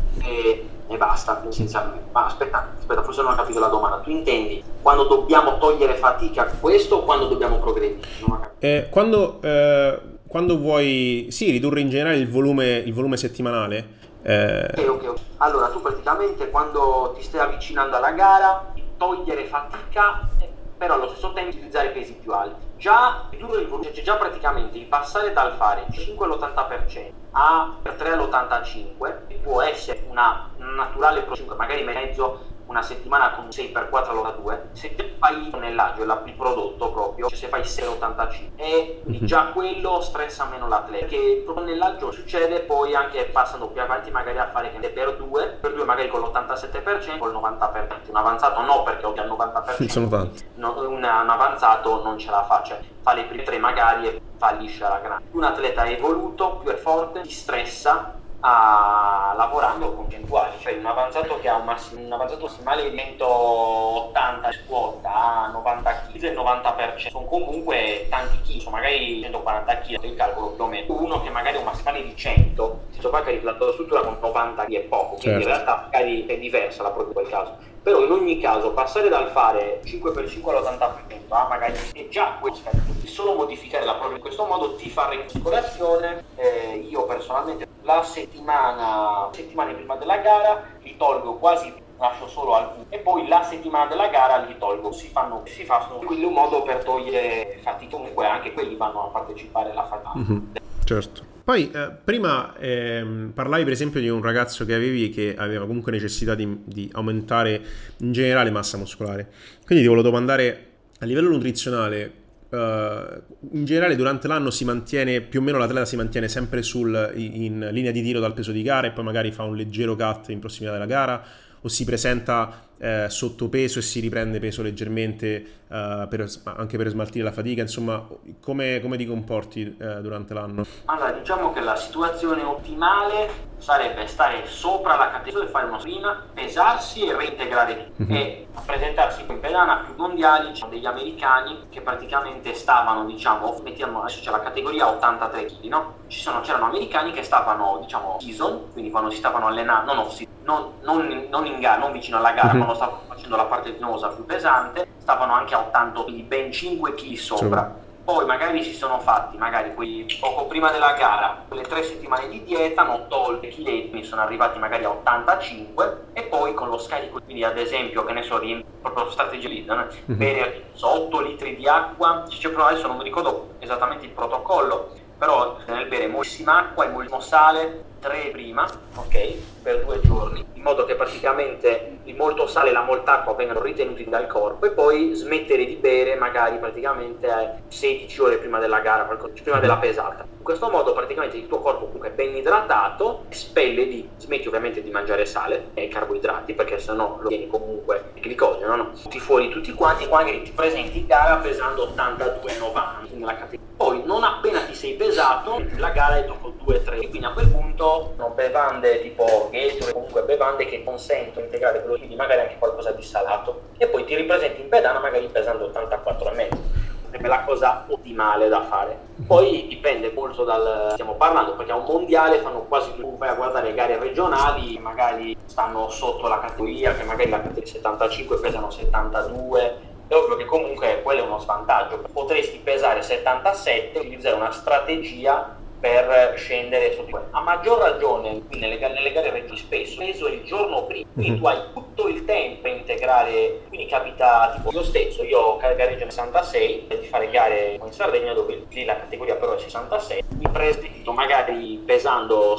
e basta, essenzialmente. Ma aspetta, forse non ho capito la domanda. Tu intendi quando dobbiamo togliere fatica a questo o quando dobbiamo progredire? Non ho capito. Quando vuoi ridurre in generale il volume settimanale. Ok. Allora tu praticamente quando ti stai avvicinando alla gara togliere fatica, però allo stesso tempo utilizzare pesi più alti. Già ridurre il volume, cioè già praticamente il passare dal fare 5 all'80% a 3 all'85 può essere una naturale progressione, magari mezzo una settimana con 6x4 all'ora 2, se fai il tonellaggio il prodotto proprio, cioè se fai 6,85 e già quello stressa meno l'atleta, perché il tonellaggio succede poi anche passando più avanti magari a fare per due magari con l'87%, con il 90%, un avanzato no perché ovvio al 90% sono tanti. Un avanzato non ce la fa, cioè fa le prime 3 magari e fallisce alla grande. Un atleta è evoluto, più è forte, si stressa lavorando con percentuali, cioè un avanzato che ha un avanzato massimale di 180 squat a 90 kg e il 90% sono comunque tanti chili, sono magari 140 kg, il calcolo più o meno. Uno che magari ha un massimale di 100, si fa che la struttura con 90 kg è poco, quindi in realtà magari è diversa la proprio in quel caso. Però in ogni caso passare dal fare 5x5 all'80% a magari è già questo, solo modificare la propria in questo modo ti fa recuperazione. Io personalmente la settimana prima della gara li tolgo quasi, lascio solo alcuni e poi la settimana della gara li tolgo, si fanno quindi un modo per togliere fatica, comunque anche quelli vanno a partecipare alla fatica. Certo. Poi prima parlavi per esempio di un ragazzo che avevi che aveva comunque necessità di aumentare in generale massa muscolare, quindi ti volevo domandare a livello nutrizionale, in generale durante l'anno si mantiene più o meno, l'atleta si mantiene sempre in linea di tiro dal peso di gara e poi magari fa un leggero cut in prossimità della gara, o si presenta sottopeso e si riprende peso leggermente anche per smaltire la fatica? Insomma, come ti comporti durante l'anno? Allora, diciamo che la situazione ottimale sarebbe stare sopra la categoria e fare una prima, pesarsi e reintegrare tutto e presentarsi in pedana più mondiali. C'erano degli americani che praticamente stavano, diciamo, adesso c'è la categoria 83 kg, no? C'erano americani che stavano, diciamo, season, quindi quando si stavano allenando, non off season, non in gara, non vicino alla gara, quando stavano facendo la parte venosa più pesante, stavano anche a 80 kg, ben 5 kg sopra. Poi magari si sono fatti, magari poco prima della gara, quelle 3 settimane di dieta, hanno tolto i chiletti, sono arrivati magari a 85 e poi con lo scarico, quindi ad esempio, che ne so, proprio strategia lì, bere 8 litri di acqua, adesso non mi ricordo esattamente il protocollo, però nel bere moltissima acqua e moltissimo sale, 3 prima, ok, per 2 giorni, in modo che praticamente il molto sale e la molta acqua vengano ritenuti dal corpo, e poi smettere di bere magari praticamente 16 ore prima della gara, prima della pesata. In questo modo praticamente il tuo corpo comunque è ben idratato, smetti ovviamente di mangiare sale e carboidrati, perché sennò lo tieni comunque il glicogeno, no? Ti fuori tutti quanti, e magari ti presenti in gara pesando 82-90 nella categoria. Poi non appena ti sei pesato, la gara è dopo 2-3, quindi a quel punto sono bevande tipo Gatorade, comunque bevande che consentono di integrare quello, quindi magari anche qualcosa di salato, e poi ti ripresenti in pedana magari pesando 84,5. Sarebbe la cosa ottimale da fare. Poi dipende molto dal stiamo parlando, perché a un mondiale fanno quasi tu vai a guardare gare regionali, magari stanno sotto la categoria, che magari la categoria 75 pesano 72. È ovvio che comunque quello è uno svantaggio. Potresti pesare 77 e utilizzare una strategia per scendere sotto quello. A maggior ragione nelle gare regionali spesso peso il giorno prima, quindi tu hai tutto il tempo per integrare, quindi capita tipo io stesso, io gareggio 66 di fare gare in Sardegna dove lì la categoria però è 66, mi presento magari pesando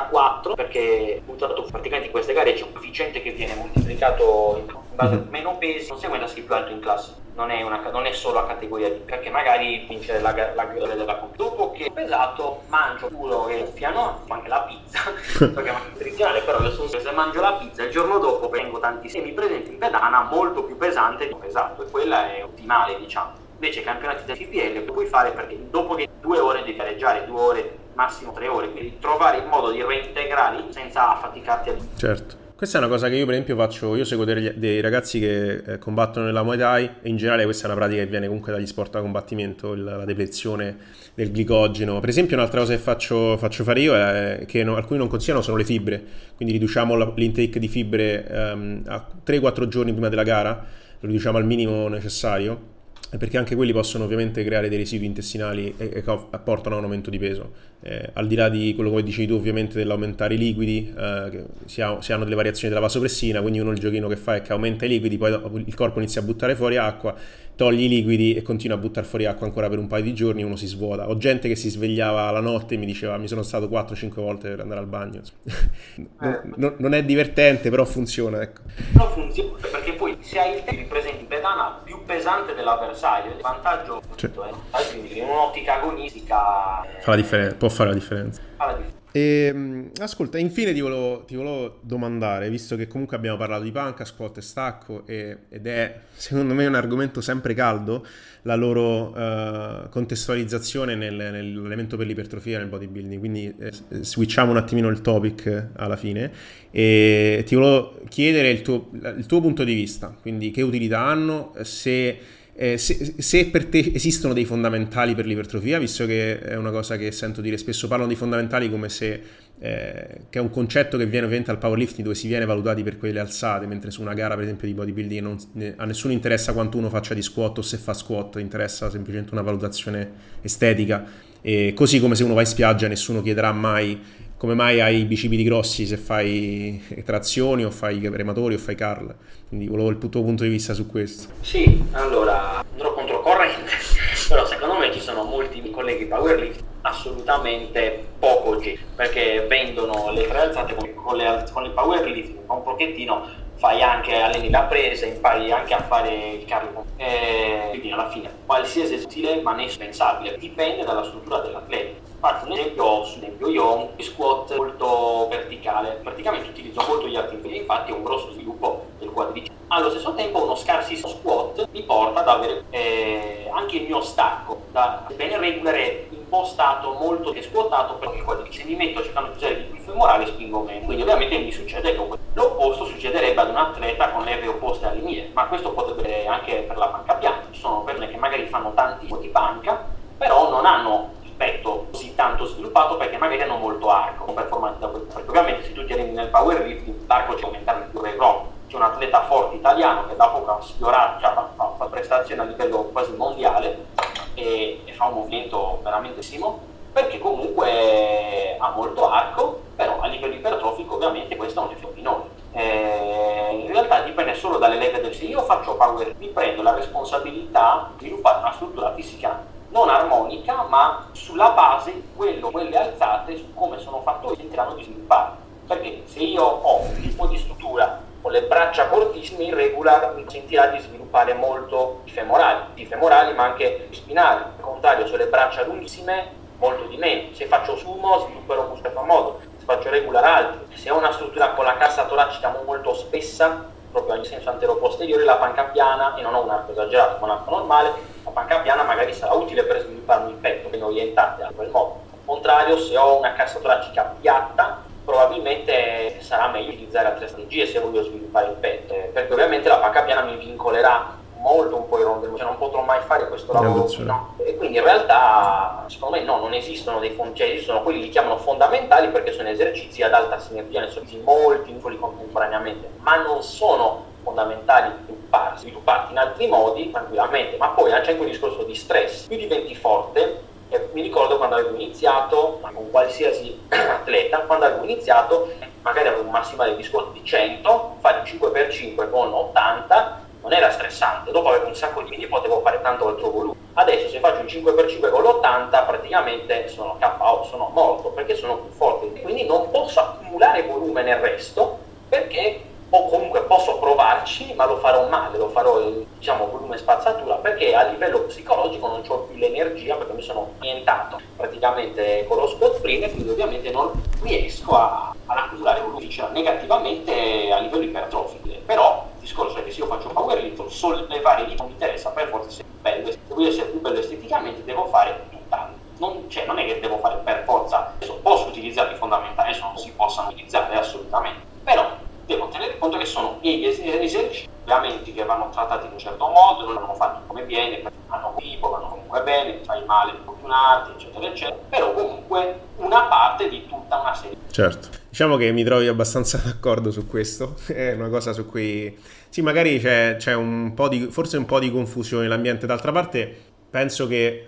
64 perché praticamente in queste gare c'è un coefficiente che viene moltiplicato in base a meno pesi, non sei più alto in classe. Non è solo a categoria di, perché magari vincere la gara della competizione. Dopo che ho pesato mangio puro e fiano, anche la pizza perché è nutrizionale, però io sono se mangio la pizza il giorno dopo vengo tantissimo e mi presento in pedana molto più pesante di ho pesato, e quella è ottimale, diciamo. Invece i campionati del CPL lo puoi fare perché dopo che 2 ore devi gareggiare, 2 ore, massimo 3 ore, quindi trovare il modo di reintegrare senza affaticarti a certo. Questa è una cosa che io per esempio faccio, io seguo dei ragazzi che combattono nella Muay Thai, e in generale questa è una pratica che viene comunque dagli sport da combattimento, la deplezione del glicogeno. Per esempio un'altra cosa che faccio fare io è che alcuni non consigliano sono le fibre, quindi riduciamo l'intake di fibre a 3-4 giorni prima della gara, lo riduciamo al minimo necessario, perché anche quelli possono ovviamente creare dei residui intestinali e apportano a un aumento di peso. Al di là di quello che dicevi tu ovviamente dell'aumentare i liquidi, che si hanno delle variazioni della vasopressina, quindi uno il giochino che fa è che aumenta i liquidi, poi il corpo inizia a buttare fuori acqua, togli i liquidi e continua a buttare fuori acqua ancora per un paio di giorni, uno si svuota. Ho gente che si svegliava la notte e mi diceva mi sono stato 4-5 volte per andare al bagno. Non è divertente, però funziona, ecco. No, funziona perché poi se hai il tempo ripresenti in pedana più pesante dell'avversario, il vantaggio quindi in un'ottica agonistica può fare la differenza. Ascolta, infine ti volevo domandare, visto che comunque abbiamo parlato di panca, squat e stacco, ed è secondo me un argomento sempre caldo, la loro contestualizzazione nell'elemento per l'ipertrofia nel bodybuilding, quindi switchiamo un attimino il topic alla fine, e ti volevo chiedere il tuo punto di vista, quindi che utilità hanno, se per te esistono dei fondamentali per l'ipertrofia, visto che è una cosa che sento dire spesso, parlano di fondamentali come se che è un concetto che viene ovviamente al powerlifting, dove si viene valutati per quelle alzate, mentre su una gara per esempio di bodybuilding a nessuno interessa quanto uno faccia di squat o se fa squat, interessa semplicemente una valutazione estetica, e così come se uno va in spiaggia nessuno chiederà mai come mai hai i bicipiti grossi se fai trazioni o fai rematori o fai curl. Quindi volevo il tuo punto di vista su questo. Sì, allora andrò controcorrente, però secondo me ci sono molti colleghi powerlifting assolutamente poco oggi, perché vendono le tre alzate con il powerlifting un pochettino, fai anche alleni la presa, impari anche a fare il cardio, quindi alla fine qualsiasi esistile ma è pensabile, dipende dalla struttura dell'atleta. Faccio un esempio io ho un squat molto verticale, praticamente utilizzo molto gli arti inferiori, infatti ho un grosso sviluppo del quadricipite. Allo stesso tempo uno scarsissimo squat mi porta ad avere anche il mio stacco da bene regolare impostato molto squattato, perché il quadricipite se mi metto cercando di usare il femorale spingo meno, quindi ovviamente mi succede che l'opposto succederebbe ad un atleta con leve opposte alle mie, ma questo potrebbe anche per la panca pianta. Ci sono persone che magari fanno tanti di panca però non hanno aspetto così tanto sviluppato perché magari hanno molto arco, non performanti da questo. Perché ovviamente se tu ti arrivi nel powerlifting l'arco ci aumenta più regolo. C'è un atleta forte italiano che da poco ha sfiorato, cioè fa prestazioni a livello quasi mondiale e fa un movimento veramente simo, perché comunque ha molto arco, però a livello ipertrofico ovviamente questo è un effetto minore. In realtà dipende solo dalle leve del. Se io faccio power, mi prendo la responsabilità di sviluppare una struttura fisica non armonica, ma sulla base di quelle alzate, su come sono fatto io, tenteranno di sviluppare. Perché se io ho un tipo di struttura con le braccia cortissime, in regular mi sentirà di sviluppare molto i femorali ma anche gli spinali. Al contrario, se ho le braccia lunghissime, molto di meno. Se faccio sumo, svilupperò un muscolo famoso. Se faccio regular altri. Se ho una struttura con la cassa toracica molto spessa, proprio in senso antero-posteriore, la panca piana, e non ho un arco esagerato, ma un arco normale, la panca piana magari sarà utile per sviluppare il petto, ben orientate a quel modo. Al contrario, se ho una cassa toracica piatta, probabilmente sarà meglio utilizzare altre strategie se voglio sviluppare il petto, perché ovviamente la panca piana mi vincolerà molto un po' i rondel, cioè non potrò mai fare questo lavoro, no? E quindi in realtà secondo me no, non esistono dei cioè esistono quelli li chiamano fondamentali perché sono esercizi ad alta sinergia, ne sono molti muscoli contemporaneamente, ma non sono fondamentali svilupparti in altri modi tranquillamente. Ma poi c'è anche un discorso di stress, più diventi forte. Mi ricordo quando avevo iniziato, con qualsiasi atleta, quando avevo iniziato magari avevo un massimale di squat di 100, fare 5x5 con 80 non era stressante, dopo avevo un sacco di quindi potevo fare tanto altro volume. Adesso se faccio un 5x5 con l'80 praticamente sono KO, sono morto perché sono più forte e quindi non posso accumulare volume nel resto, perché o comunque posso provarci ma lo farò male, lo farò diciamo volume spazzatura, perché a livello psicologico non ho più l'energia, perché mi sono orientato praticamente con lo squat prima e quindi ovviamente non riesco ad accumulare volume, cioè negativamente a livello ipertrofico. Però il discorso è che se io faccio powerlifting, sollevare lì non mi interessa per forza essere più bello, se voglio essere più bello esteticamente devo fare tutt'altro. Non è che devo fare per forza, adesso posso utilizzare i fondamentali, adesso non si possano utilizzare assolutamente, però devo tenere conto che sono gli esercizi ovviamente che vanno trattati in un certo modo, non vanno fatti come viene, vanno tipo, vanno comunque bene, fai male, fortunati, eccetera, eccetera, però comunque una parte di tutta una serie. Certo, diciamo che mi trovi abbastanza d'accordo su questo, è una cosa su cui sì, magari c'è forse un po' di confusione nell'ambiente, d'altra parte penso che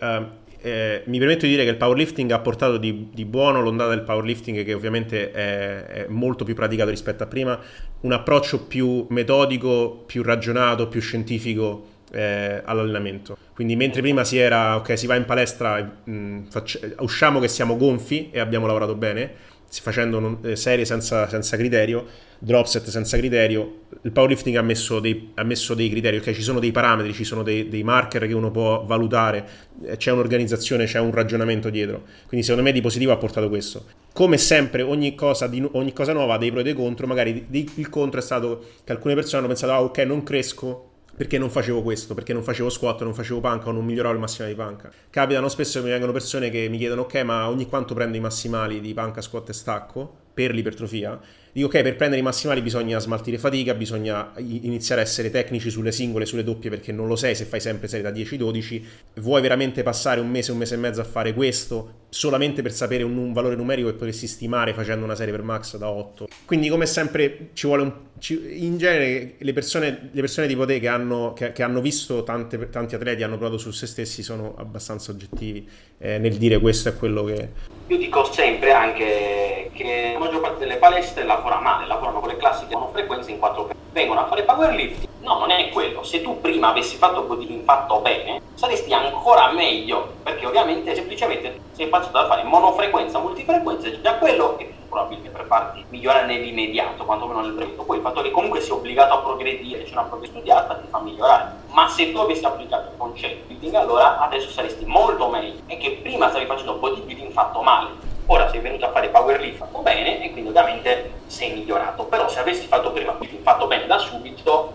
mi permetto di dire che il powerlifting ha portato di buono l'ondata del powerlifting, che ovviamente è molto più praticato rispetto a prima, un approccio più metodico, più ragionato, più scientifico all'allenamento. Quindi mentre prima si va in palestra, usciamo che siamo gonfi e abbiamo lavorato bene, facendo serie senza criterio, drop set senza criterio, il powerlifting ha messo dei criteri, ok, ci sono dei parametri, ci sono dei marker che uno può valutare, c'è un'organizzazione, c'è un ragionamento dietro, quindi secondo me di positivo ha portato questo. Come sempre ogni cosa nuova ha dei pro e dei contro, magari il contro è stato che alcune persone hanno pensato ok, non cresco perché non facevo questo, perché non facevo squat, non facevo panca o non miglioravo il massimale di panca. Capitano spesso che mi vengono persone che mi chiedono ok, ma ogni quanto prendo i massimali di panca, squat e stacco per l'ipertrofia? Dico ok, per prendere i massimali bisogna smaltire fatica, bisogna iniziare a essere tecnici sulle singole, sulle doppie, perché non lo sei se fai sempre serie da 10-12. Vuoi veramente passare un mese e mezzo a fare questo solamente per sapere un valore numerico che potresti stimare facendo una serie per max da 8? Quindi come sempre ci vuole in genere le persone tipo te che hanno visto tanti atleti, hanno provato su se stessi, sono abbastanza oggettivi nel dire questo è quello che... Io dico sempre anche che la maggior parte delle palestre lavorano con le classiche monofrequenze in 4x. Vengono a fare powerlifting. No, non è quello. Se tu prima avessi fatto bodybuilding fatto bene, saresti ancora meglio, perché ovviamente semplicemente sei passato da fare monofrequenza, multifrequenza, già quello è probabilmente per farti migliorare nell'immediato, quantomeno nel brevetto. Poi il fatto che comunque sei obbligato a progredire, c'è una progressione studiata, ti fa migliorare. Ma se tu avessi applicato il concetto di bodybuilding, allora adesso saresti molto meglio. E che prima stavi facendo bodybuilding fatto male. Ora sei venuto a fare powerlift fatto bene e quindi ovviamente sei migliorato. Però se avessi fatto prima fatto bene da subito,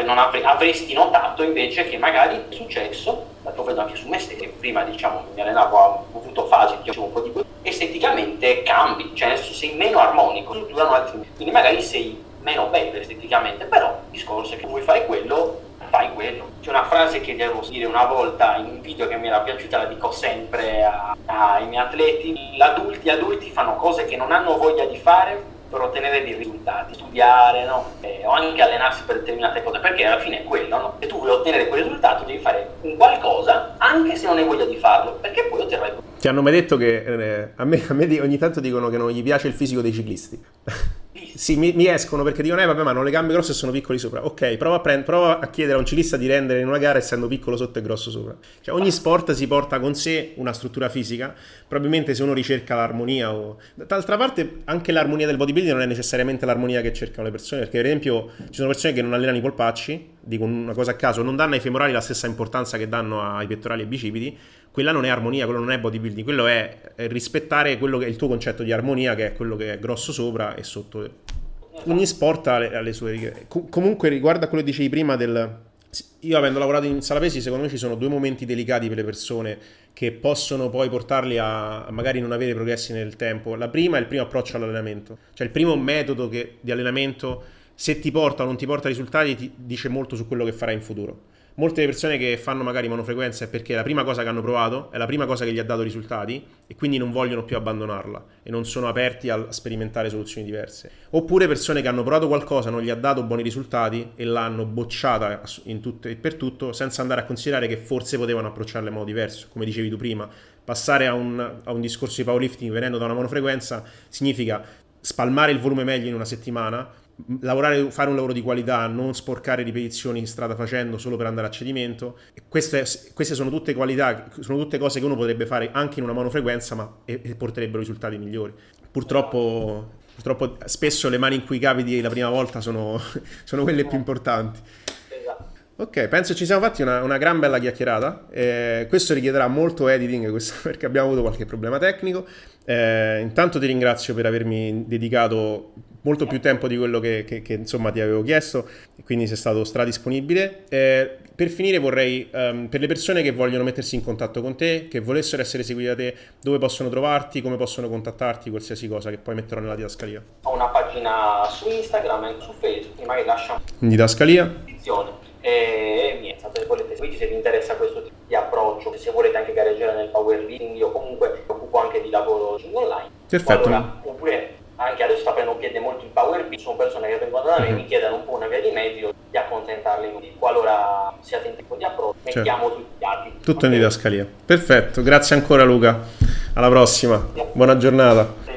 avresti notato invece che magari è successo, lo vedo anche su me stesso, prima diciamo mi allenavo, ho avuto fasi che facevo un po' di questo, esteticamente cambi, cioè adesso sei meno armonico, strutturano altri, quindi magari sei meno bello esteticamente, però il discorso è che vuoi fare quello, fai quello. C'è una frase che devo dire una volta in un video che mi era piaciuta, la dico sempre ai miei atleti: gli adulti fanno cose che non hanno voglia di fare per ottenere dei risultati, studiare, no? O anche allenarsi per determinate cose, perché alla fine è quello, no? Se tu vuoi ottenere quel risultato devi fare un qualcosa anche se non hai voglia di farlo, perché poi otterrai. Ti hanno mai detto che a me ogni tanto dicono che non gli piace il fisico dei ciclisti? sì, mi escono perché dicono, vabbè, ma hanno le gambe grosse e sono piccoli sopra. Ok, prova a chiedere a un ciclista di rendere in una gara essendo piccolo sotto e grosso sopra. Cioè, ogni sport si porta con sé una struttura fisica, probabilmente se uno ricerca l'armonia o... D'altra parte, anche l'armonia del bodybuilding non è necessariamente l'armonia che cercano le persone, perché per esempio ci sono persone che non allenano i polpacci, dico una cosa a caso, non danno ai femorali la stessa importanza che danno ai pettorali e ai bicipiti. Quella non è armonia, quello non è bodybuilding, quello è rispettare quello che è il tuo concetto di armonia, che è quello che è grosso sopra e sotto. Ogni sport ha le sue righe. Comunque, riguardo a quello che dicevi prima io avendo lavorato in sala pesi, secondo me ci sono due momenti delicati per le persone che possono poi portarli a magari non avere progressi nel tempo. La prima è il primo approccio all'allenamento, cioè il primo metodo di allenamento, se ti porta o non ti porta risultati, ti dice molto su quello che farai in futuro. Molte persone che fanno magari monofrequenza è perché è la prima cosa che hanno provato, è la prima cosa che gli ha dato risultati e quindi non vogliono più abbandonarla e non sono aperti a sperimentare soluzioni diverse. Oppure persone che hanno provato qualcosa, non gli ha dato buoni risultati e l'hanno bocciata in tutto e per tutto, senza andare a considerare che forse potevano approcciarla in modo diverso. Come dicevi tu prima, passare a un discorso di powerlifting venendo da una monofrequenza significa spalmare il volume meglio in una settimana, fare un lavoro di qualità, non sporcare ripetizioni strada facendo solo per andare a cedimento. Queste sono tutte qualità, sono tutte cose che uno potrebbe fare anche in una monofrequenza, ma e porterebbero risultati migliori. Purtroppo spesso le mani in cui capiti la prima volta sono quelle più importanti. Ok, penso ci siamo fatti una gran bella chiacchierata. Questo richiederà molto editing perché abbiamo avuto qualche problema tecnico. Intanto ti ringrazio per avermi dedicato molto più tempo di quello che insomma ti avevo chiesto, quindi sei stato stradisponibile. Per finire vorrei, per le persone che vogliono mettersi in contatto con te, che volessero essere seguiti da te, dove possono trovarti, come possono contattarti, qualsiasi cosa che poi metterò nella didascalia. Ho una pagina su Instagram e su Facebook, magari lasciamo in didascalia. E niente, se volete seguirci, se vi interessa questo tipo di approccio, se volete anche gareggiare nel powerlifting, io comunque mi occupo anche di lavoro online. Perfetto. Allora, oppure anche adesso sta prendendo piede molto il powerlifting, sono persone che vengono da me, mi chiedono un po' una via di mezzo di accontentarli, qualora siate in tipo di approccio, mettiamo tutti gli altri. Tutto in didascalia. Perfetto, grazie ancora Luca, alla prossima, buona giornata.